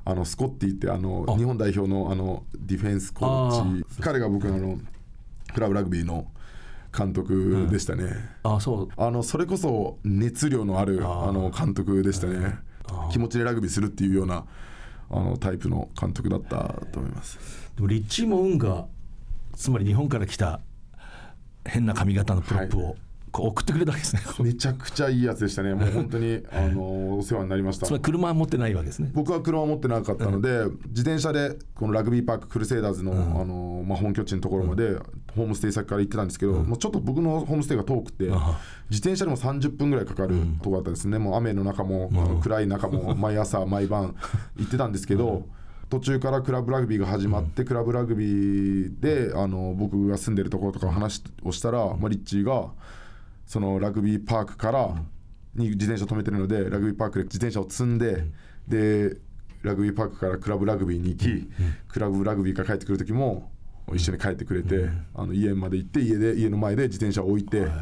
あのスコッティってあの日本代表のあのディフェンスコーチ、彼が僕のあのクラブラグビーの監督でしたね、 うん、あそうあのそれこそ熱量のあるあの監督でしたね。気持ちでラグビーするっていうようなあのタイプの監督だったと思います。 でもリッチー・モウンガ、つまり日本から来た変な髪型のプロップを、はい、こう送ってくれたわけですね。 めちゃくちゃいいやつでしたね。もう本当にあのお世話になりました。 つまり車は持ってないわけですね。 僕は車は持ってなかったので、うん、自転車でこのラグビーパーククルセイダーズの、うん、あのまあ、本拠地のところまで、うん、ホームステイ先から行ってたんですけど、うん、もうちょっと僕のホームステイが遠くて、うん、自転車でもさんじゅっぷんぐらいかかるところだったですね。もう雨の中も、うん、あの暗い中も毎朝毎晩行ってたんですけど、うん、途中からクラブラグビーが始まって、うん、クラブラグビーであの僕が住んでるところとか話をしたら、うん、まあ、リッチーがそのラグビーパークからに自転車止めてるので、ラグビーパークで自転車を積んで、うん、でラグビーパークからクラブラグビーに行き、うん、クラブラグビーから帰ってくる時も一緒に帰ってくれて、うん、あの家まで行って家で家の前で自転車を置いて、うん、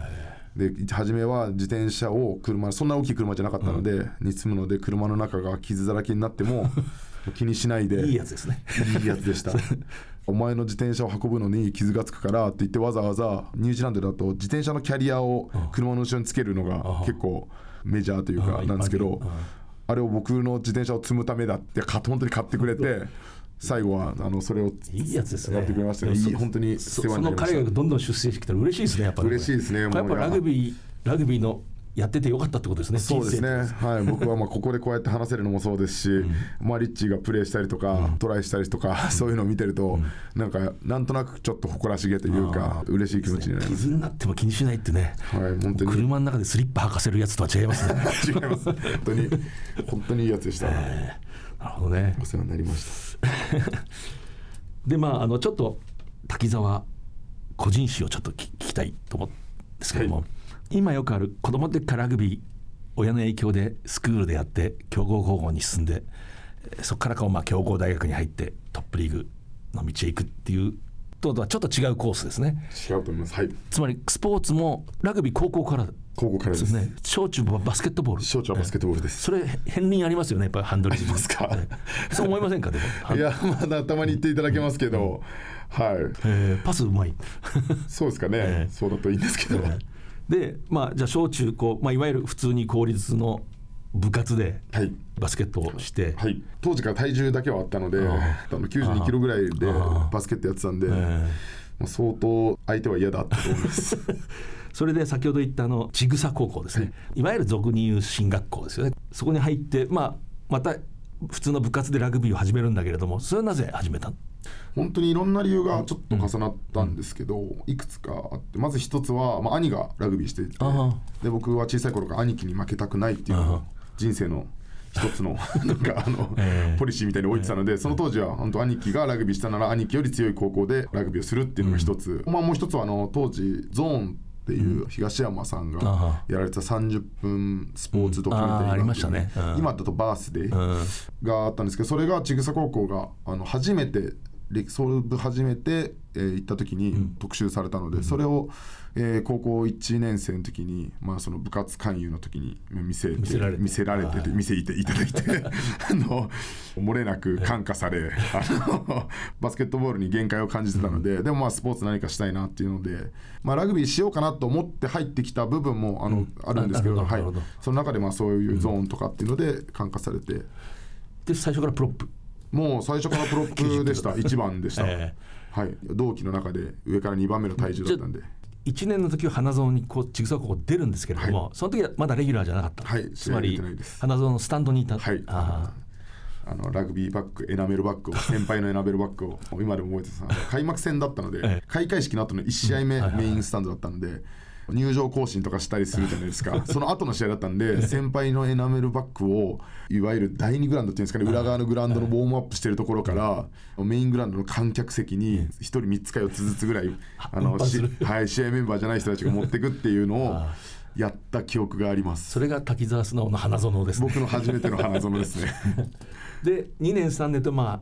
で初めは自転車を車、そんな大きい車じゃなかったので、うん、に積むので車の中が傷だらけになっても気にしないで、 いいやつですね。 いいやつでしたお前の自転車を運ぶのに傷がつくからって言って、わざわざニュージーランドだと自転車のキャリアを車の後ろにつけるのが結構メジャーというかなんですけど、あれを僕の自転車を積むためだって本当に買ってくれて、最後はあのそれをいいやつですね。 やってくれましたね。いい、本当に世話になりました。 その彼がどんどん出世してきたら嬉しいですね。やっぱり嬉しいですね。もうやっぱラグビーラグビーのやっててよかったってことですね。 そうですね、はい、僕はまあここでこうやって話せるのもそうですし、うん、まあ、リッチーがプレーしたりとか、うん、トライしたりとか、うん、そういうのを見てると、うん、なんかなんとなくちょっと誇らしげというか嬉しい気持ちになります。 傷になっても気にしないってね、 はい、本当に車の中でスリッパ履かせるやつとは違いますね違います、本当に本当にいいやつでした、 えー、なるほどね、 お世話になりましたで、まあ、あのちょっと滝沢個人史をちょっと聞きたいと思うんですけども、はい、今よくある子供の時からラグビー親の影響でスクールでやって強豪高校に進んで、そこからかまあ強豪大学に入ってトップリーグの道へ行くっていうとはちょっと違うコースですね。 違うと思います、はい、 つまりスポーツもラグビー高校から高校からですね。小中はバスケットボール、 小中はバスケットボールです、 それ片鱗ありますよね、やっぱりハンドリング。 ありますか、 そう思いませんか。でもいや、まだたまに言っていただけますけど、うん、はい、 えー、パスうまいそうですかね、えー、そうだといいんですけど、えーで、まあ、じゃあ小中高、まあ、いわゆる普通に公立の部活でバスケットをして、 はいはい、当時から体重だけはあったので、あのきゅうじゅうにキロぐらいでバスケットやってたんで、まあ、相当相手は嫌だったと思いますそれで先ほど言ったあの千草高校ですね、はい、いわゆる俗に言う進学校ですよね。そこに入って、まあ、また普通の部活でラグビーを始めるんだけれども、それはなぜ始めたの？ 本当にいろんな理由がちょっと重なったんですけど、うん、いくつかあって、まず一つは、まあ、兄がラグビーしていて、で僕は小さい頃から兄貴に負けたくないっていうのが人生の一つのなんかあの、えー、ポリシーみたいに置いてたので、その当時は本当兄貴がラグビーしたなら兄貴より強い高校でラグビーをするっていうのが一つ、うん、まあ、もう一つはあの当時ゾーンっていう東山さんがやられたさんじゅっぷんスポーツドキュメンタリーがありましたね、うん、今だとバースデーがあったんですけど、それが千草高校があの初めて総部初めて、えー、行った時に特集されたので、うん、それを、えー、高校いちねん生の時に、まあ、その部活勧誘の時に見せて見せられて見せられて見せていただいてあの漏れなく感化され、あのバスケットボールに限界を感じてたので、うん、でもまあスポーツ何かしたいなっていうので、まあ、ラグビーしようかなと思って入ってきた部分もあの、うん、あるんですけど、はい、その中でまあそういうゾーンとかっていうので感化されて、 で最初からプロップ、 もう最初からプロップでしたいちばんでした、えーはい、同期の中で上からにばんめの体重だったんで、 いちねんの時は花園にこう千草高校出るんですけれども、はい、その時はまだレギュラーじゃなかった、 はい、 つまり花園のスタンドにいた、 はい、ああのラグビーバッグエナメルバッグを先輩のエナメルバッグを今でも覚えてた開幕戦だったので、ええ、開会式の後のいち試合目、うん、メインスタンドだったので、入場行進とかしたりするじゃないですかその後の試合だったんで、先輩のエナメルバッグをいわゆるだいにグラウンドっていうんですかね、裏側のグラウンドのウォームアップしてるところからメイングラウンドの観客席にひとりみっつかよっつずつぐらいあのし、はい、試合メンバーじゃない人たちが持ってくっていうのをやった記憶があります。 それが滝沢素直の花園ですね。 僕の初めての花園ですねでにねんさんねんと、まあ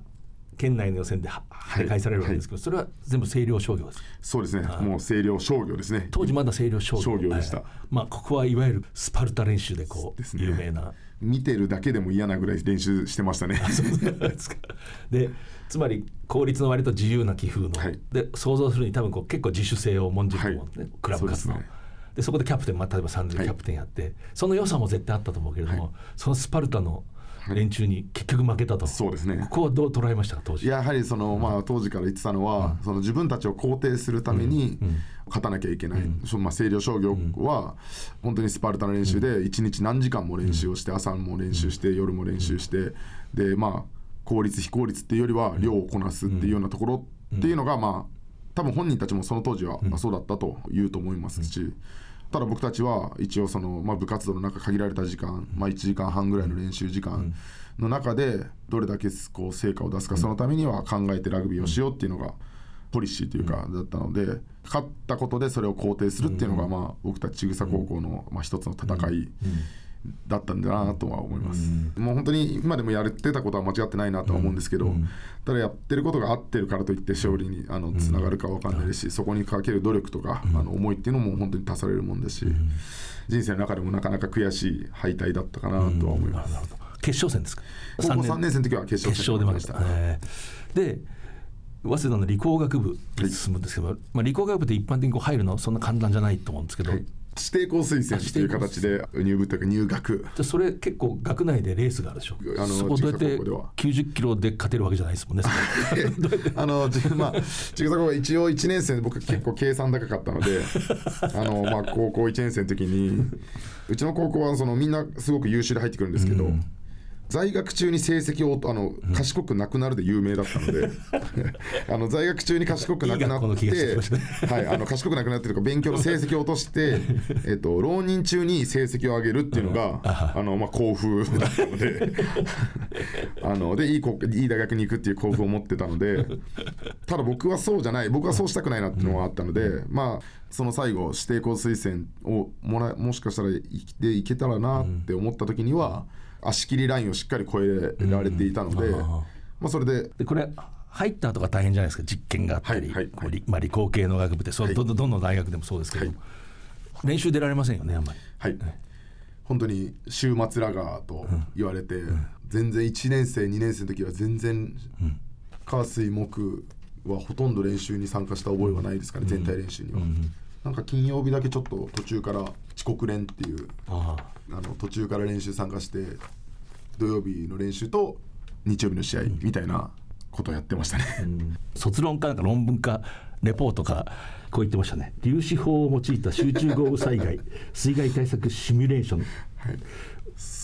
県内の予選で敗退されるわけですけど、はいはい、それは全部星稜商業です。 そうですね、もう星稜商業ですね。 当時まだ星稜商業、 商業でした、 はい、まあ、ここはいわゆるスパルタ練習でこう、ね、有名な、 見てるだけでも嫌なぐらい練習してましたね。 でつまり公立の割と自由な気風の、はい、で想像するに多分こう結構自主性を重んじると思うんですね、はい、クラブ活動 そ, で、ね、でそこでキャプテン、まあ、例えば三塁キャプテンやって、はい、その良さも絶対あったと思うけれども、はい、そのスパルタの連中に結局負けたと、はい、そうですね。ここはどう捉えましたか当時。 やはりその、まあ、当時から言ってたのは、うん、その自分たちを肯定するために勝たなきゃいけない、うんうん、まあ、星稜商業は本当にスパルタな練習でいちにち何時間も練習をして、朝も練習して夜も練習して、でまあ効率非効率っていうよりは量をこなすっていうようなところっていうのが、まあ多分本人たちもその当時はそうだったと言うと思いますし、ただ僕たちは一応その、まあ、部活動の中限られた時間、まあ、いちじかんはんぐらいの練習時間の中でどれだけこう成果を出すか、そのためには考えてラグビーをしようっていうのがポリシーというかだったので、勝ったことでそれを肯定するっていうのが、まあ僕たち千草高校のまあ一つの戦いだったんだなとは思います。もう本当に今でもやってたことは間違ってないなとは思うんですけど、ただやってることが合ってるからといって勝利にあのつながるか分かんないですし、そこにかける努力とかあの思いっていうのも本当に足されるもんですし、人生の中でもなかなか悔しい敗退だったかなとは思います。 決勝戦ですか。 高校さんねん生の時は決勝戦でました。 で早稲田の理工学部に進むんですけど、はい、まあ、理工学部って一般的にこう入るのそんな簡単じゃないと思うんですけど、はい、 指定校推薦という形で入部というか入学。 じゃそれ結構学内でレースがあるでしょ。あのそこどうやってきゅうじゅっキロで勝てるわけじゃないですもんね。 あのまあ千草高校は一応いちねん生で僕結構計算高かったのであの、まあ、高校いちねん生の時にうちの高校はそのみんなすごく優秀で入ってくるんですけど、うん、在学中に成績をあの賢くなくなるで有名だったので、うん、あの在学中に賢くなくなっていいはい、あの賢くなくなってというか勉強の成績を落として、えっと、浪人中に成績を上げるっていうのが、うん、ああの、まあ、校風だったのであのでいい, いい大学に行くっていう校風を持ってたので、ただ僕はそうじゃない、僕はそうしたくないなっていうのがあったので、うん、まあその最後指定校推薦をもらもしかしたら生きていけたらなって思った時には、うん、足切りラインをしっかり超えられていたので、うん、まあ、それ で, でこれ入った後が大変じゃないですか。実験があったり、はいはいはい、まあ、理工系の学部でそれどんどんどん大学でもそうですけど、はい、練習出られませんよねあんまり。 はい、はい、本当に週末ラガーと言われて、うん、全然いちねん生にねん生の時は全然、うん、火水木はほとんど練習に参加した覚えはないですかね、うん、全体練習には、うん、なんか金曜日だけちょっと途中から遅刻練っていうああの途中から練習参加して土曜日の練習と日曜日の試合みたいなことをやってましたね、うん、 卒論かなんか論文かレポートかこう言ってましたね。粒子法を用いた集中豪雨災害水害対策シミュレーション、はい、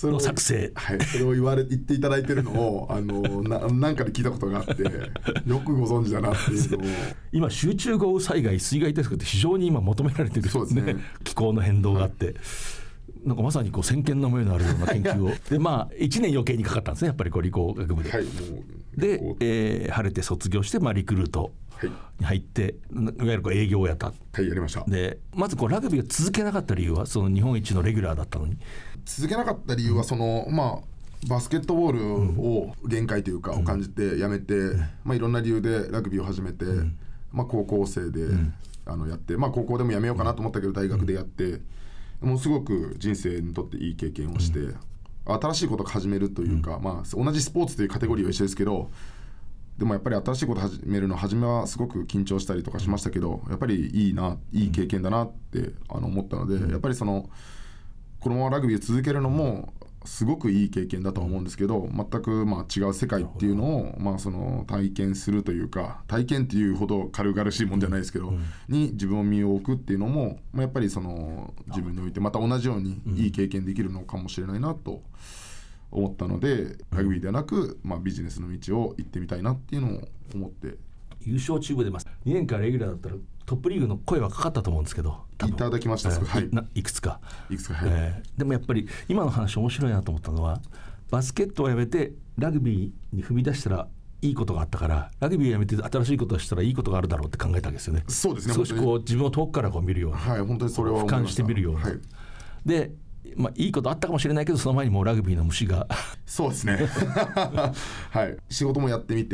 の作成、 はい、それを言われ言っていただいてるのをあのななんかで聞いたことがあってよくご存知だなっていうのを今集中豪雨災害水害対策って非常に今求められてるんですね。そうですね、気候の変動があって、はい、なんかまさにこう先見の明のあるような研究をでまあいちねん余計にかかったんですねやっぱりこう理工学部で、はい、もうで、えー、晴れて卒業して、まあ、リクルートに入って、はい、いわゆるこう営業をやった、 はい、やりました。 でまずこうラグビーを続けなかった理由はその日本一のレギュラーだったのに続けなかった理由はその、うん、まあバスケットボールを限界というかを感じてやめて、うん、まあ、いろんな理由でラグビーを始めて、うん、まあ、高校生で、うん、あのやって、まあ、高校でもやめようかなと思ったけど大学でやって、うん、もうすごく人生にとっていい経験をして、うん、新しいことを始めるというか、うん、まあ、同じスポーツというカテゴリーは一緒ですけどでもやっぱり新しいことを始めるの初めはすごく緊張したりとかしましたけどやっぱりいいないい経験だなってあの思ったので、うん、やっぱりそのこのままラグビーを続けるのもすごくいい経験だとは思うんですけど全くまあ違う世界っていうのをまあその体験するというか体験っていうほど軽々しいもんじゃないですけど、うん、に自分を身を置くっていうのもやっぱりその自分においてまた同じようにいい経験できるのかもしれないなと思ったのでラグビーではなくまあビジネスの道を行ってみたいなっていうのを思って優勝チームでますにねんかんレギュラーだったらトップリーグの声はかかったと思うんですけどいただきました、えーはい、 いくつかいくつか、はい、 えー、でもやっぱり今の話面白いなと思ったのはバスケットをやめてラグビーに踏み出したらいいことがあったからラグビーをやめて新しいことをしたらいいことがあるだろうって考えたわけですよね。 そうですね、 少しこう自分を遠くからこう見るような、 はい、本当にそれは俯瞰してみるような、はい、でまあ、いいことあったかもしれないけどその前にもうラグビーの虫がそうですねはい、仕事もやってみて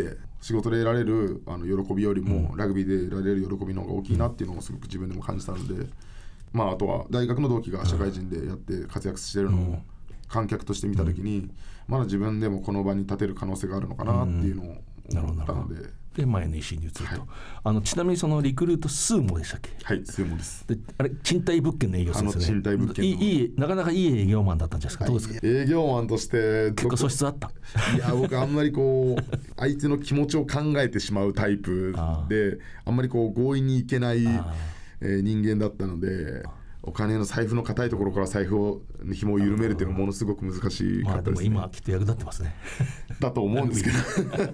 仕事で得られるあの喜びよりもラグビーで得られる喜びの方が大きいなっていうのをすごく自分でも感じたので、まあ、あとは大学の同期が社会人でやって活躍してるのを観客として見た時に、まだ自分でもこの場に立てる可能性があるのかなっていうのを思ったので、 で、まあ、エヌイーシー に移ると、 はい、 あのちなみにそのリクルートスーモでしたっけ？ はい、スーモです。 で、あれ賃貸物件の営業ですよね。 あの賃貸物件のいい、いい、なかなかいい営業マンだったんじゃないですか、はい、どうですか？ 営業マンとして結構素質あった？ いや、僕あんまりこう相手の気持ちを考えてしまうタイプで、あんまりこう強引にいけない、えー、人間だったので、お金の財布の硬いところから財布を紐を緩めるっていうのはものすごく難しかったですね。 まあ、でも今きっと役立ってますねだと思うんですけど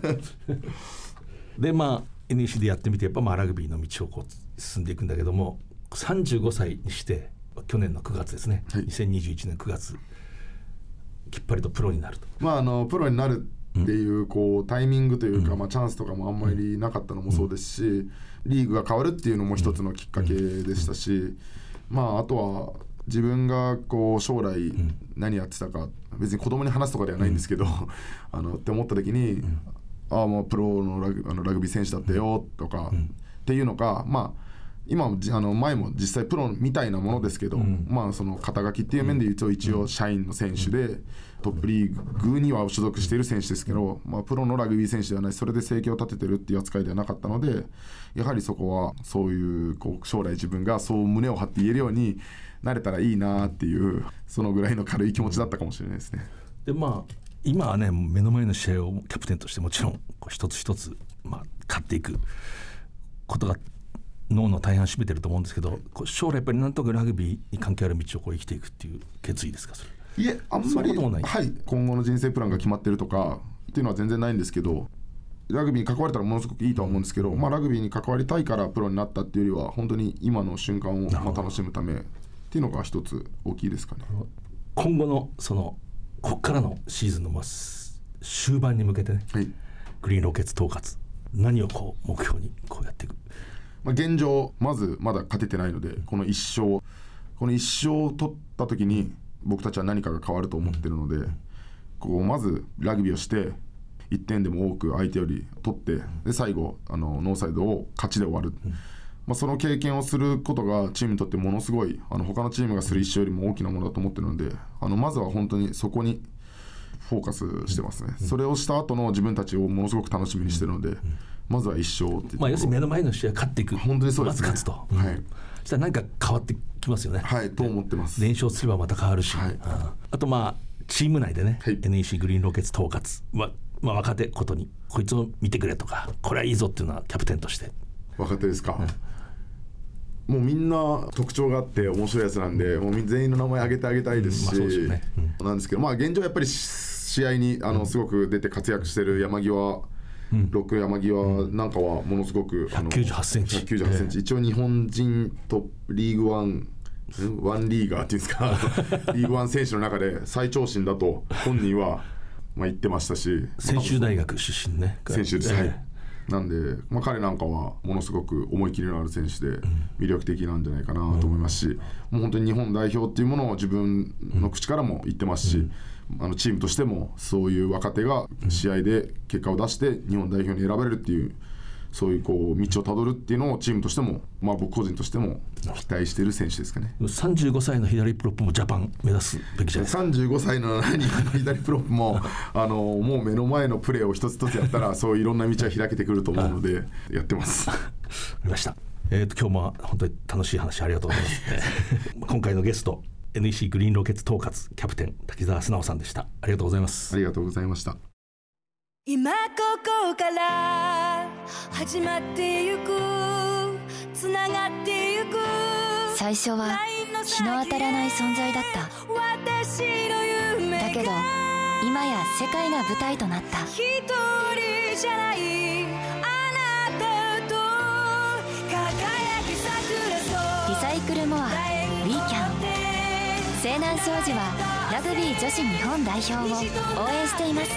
で、まあ エヌイーシー でやってみてやっぱまあラグビーの道をこう進んでいくんだけども、さんじゅうごさいにして去年のくがつですね、はい、にせんにじゅういちねんくがつきっぱりとプロになると、 まあ、あのプロになるっていう、こうタイミングというか、まあ、チャンスとかもあんまりなかったのもそうですし、リーグが変わるっていうのも一つのきっかけでしたし、まあ、あとは自分がこう将来何やってたか、別に子供に話すとかではないんですけど、あのって思った時に、ああもうプロのラグ、あのラグビー選手だったよとかっていうのが、まあ今もあの前も実際プロみたいなものですけど、まあその肩書きっていう面で言うと一応社員の選手でトップリーグには所属している選手ですけど、まあプロのラグビー選手ではない、それで生計を立ててるっていう扱いではなかったので、やはりそこはそういう、こう将来自分がそう胸を張って言えるようになれたらいいなっていう、そのぐらいの軽い気持ちだったかもしれないですね。 で、まあ今はね、目の前の試合をキャプテンとしてもちろんこう一つ一つ、まあ、勝っていくことが脳の大半を占めてると思うんですけど、こう将来やっぱりなんとかラグビーに関係ある道をこう生きていくっていう決意ですか？それいえ、あんまりもない、はい、今後の人生プランが決まってるとかっていうのは全然ないんですけど、ラグビーに関われたらものすごくいいとは思うんですけど、まあ、ラグビーに関わりたいからプロになったっていうよりは本当に今の瞬間をまあ楽しむためっていうのが一つ大きいですかね。 今後のそのここからのシーズンの終盤に向けてね、はい、グリーンロケッツ統括何をこう目標にこうやっていく？ まあ、現状まずまだ勝ててないので、このいっ勝このいっ勝を取った時に僕たちは何かが変わると思ってるので、こうまずラグビーをしていってんでも多く相手より取って、で最後あのノーサイドを勝ちで終わる、まあ、その経験をすることがチームにとってものすごい、あの他のチームがするいっ勝よりも大きなものだと思ってるので、あのまずは本当にそこにフォーカスしてますね。それをした後の自分たちをものすごく楽しみにしてるので、まずはいっ勝っていう、 まあ、要するに目の前の試合勝っていく、 本当にそうですね、 まず勝つと、はい、そしたら何か変わってきますよね。 はい、と思ってます。 連勝すればまた変わるし、はい、あ, あとまあチーム内でね、はい、エヌイーシー グリーンロケッツ統括は、まあ、若手ことにこいつを見てくれとか、これはいいぞっていうのはキャプテンとして若手ですか、うん、もうみんな特徴があって面白いやつなんで、もう全員の名前挙げてあげたいですし、うん、まあそうですよね、うん、なんですけど、まあ現状やっぱり試合にあのすごく出て活躍してる山際、うん、ロック山際なんかはものすごくひゃくきゅうじゅうはちセンチ、 ひゃくきゅうじゅうはちセンチ、えー、一応日本人トップリーグワンワンリーガーっていうんですかリーグワン選手の中で最長身だと本人はまあ言ってましたし、 専修大学出身ね、 専修です、はい、なんで、まあ、彼なんかはものすごく思い切りのある選手で魅力的なんじゃないかなと思いますし、うん、もう本当に日本代表っていうものを自分の口からも言ってますし、うん、あのチームとしてもそういう若手が試合で結果を出して日本代表に選ばれるっていう、そういうこう道をたどるっていうのをチームとしても、まあ、僕個人としても期待している選手ですかね。 さんじゅうごさいの左プロップもジャパン目指すべきじゃないですか。 さんじゅうごさいの左プロップもあのもう目の前のプレーを一つ一つやったらそういろんな道は開けてくると思うのでやってますわかりました。えーと今日も本当に楽しい話ありがとうございます今回のゲスト エヌイーシー グリーンロケッツ統括キャプテン滝沢素直さんでした。ありがとうございます。 ありがとうございました。 今ここから始まってゆくつながってゆく、 最初は日の当たらない存在だった。 私の夢がだけど今や世界が舞台となった。 一人じゃないあなたと輝き桜とリサイクルモアウィーキャン。西南商事はラグビー女子日本代表を応援しています。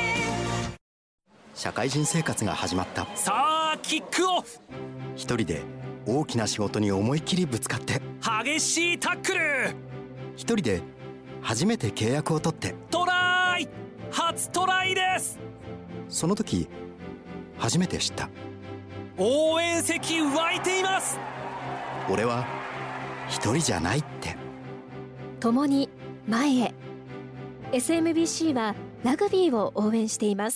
社会人生活が始まった。 さあキックオフ。 一人で大きな仕事に思い切りぶつかって、 激しいタックル。 一人で初めて契約を取って、 トライ。初トライです。 その時初めて知った。 応援席湧いています。 俺は一人じゃないって。 共に前へ。 エスエムビーシー はラグビーを応援しています。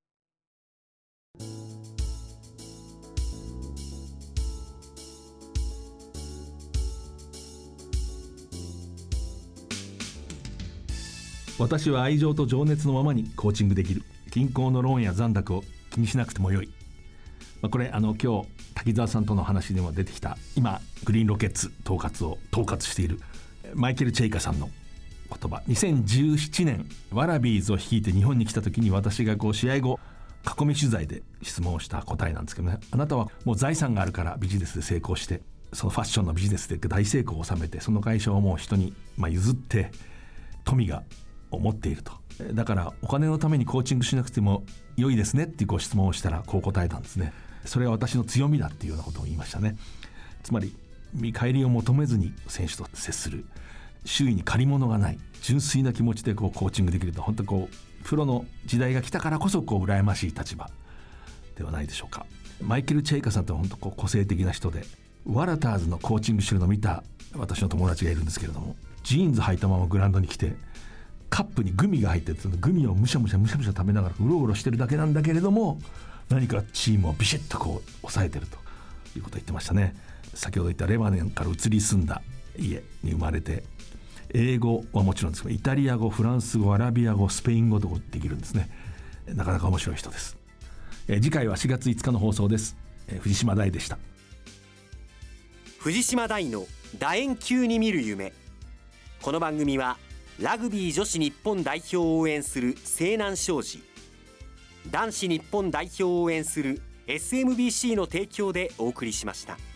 私は愛情と情熱のままにコーチングできる。銀行のローンや残高を気にしなくてもよい。まあ、これあの今日滝沢さんとの話でも出てきた、今グリーンロケッツ統括を統括しているマイケル・チェイカさんの言葉。にせんじゅうななねんワラビーズを率いて日本に来た時に、私がこう試合後囲み取材で質問をした答えなんですけどね。あなたはもう財産があるからビジネスで成功して、そのファッションのビジネスで大成功を収めて、その会社をもう人にまあ譲って富がを持っていると。だからお金のためにコーチングしなくても良いですねっていうご質問をしたら、こう答えたんですね。それは私の強みだっていうようなことを言いましたね。つまり見返りを求めずに選手と接する、周囲に借り物がない、純粋な気持ちでこうコーチングできると、本当にこうプロの時代が来たからこそこう羨ましい立場ではないでしょうか。マイケル・チェイカさんって本当こう個性的な人で、ワラターズのコーチングしてるのを見た私の友達がいるんですけれども、ジーンズ履いたままグラウンドに来て、カップにグミが入ってて、そのグミをむしゃむしゃむしゃむしゃ食べながらうろうろしてるだけなんだけれども、何かチームをビシッとこう抑えてるということを言ってましたね。先ほど言ったレバノンから移り住んだ家に生まれて、英語はもちろんですけど、イタリア語、フランス語、アラビア語、スペイン語とできるんですね。なかなか面白い人です。え次回はしがついつかの放送です。え藤島大でした。 藤島大の楕円球に見る夢。この番組はラグビー女子日本代表を応援する西南商事、男子日本代表を応援する エスエムビーシー の提供でお送りしました。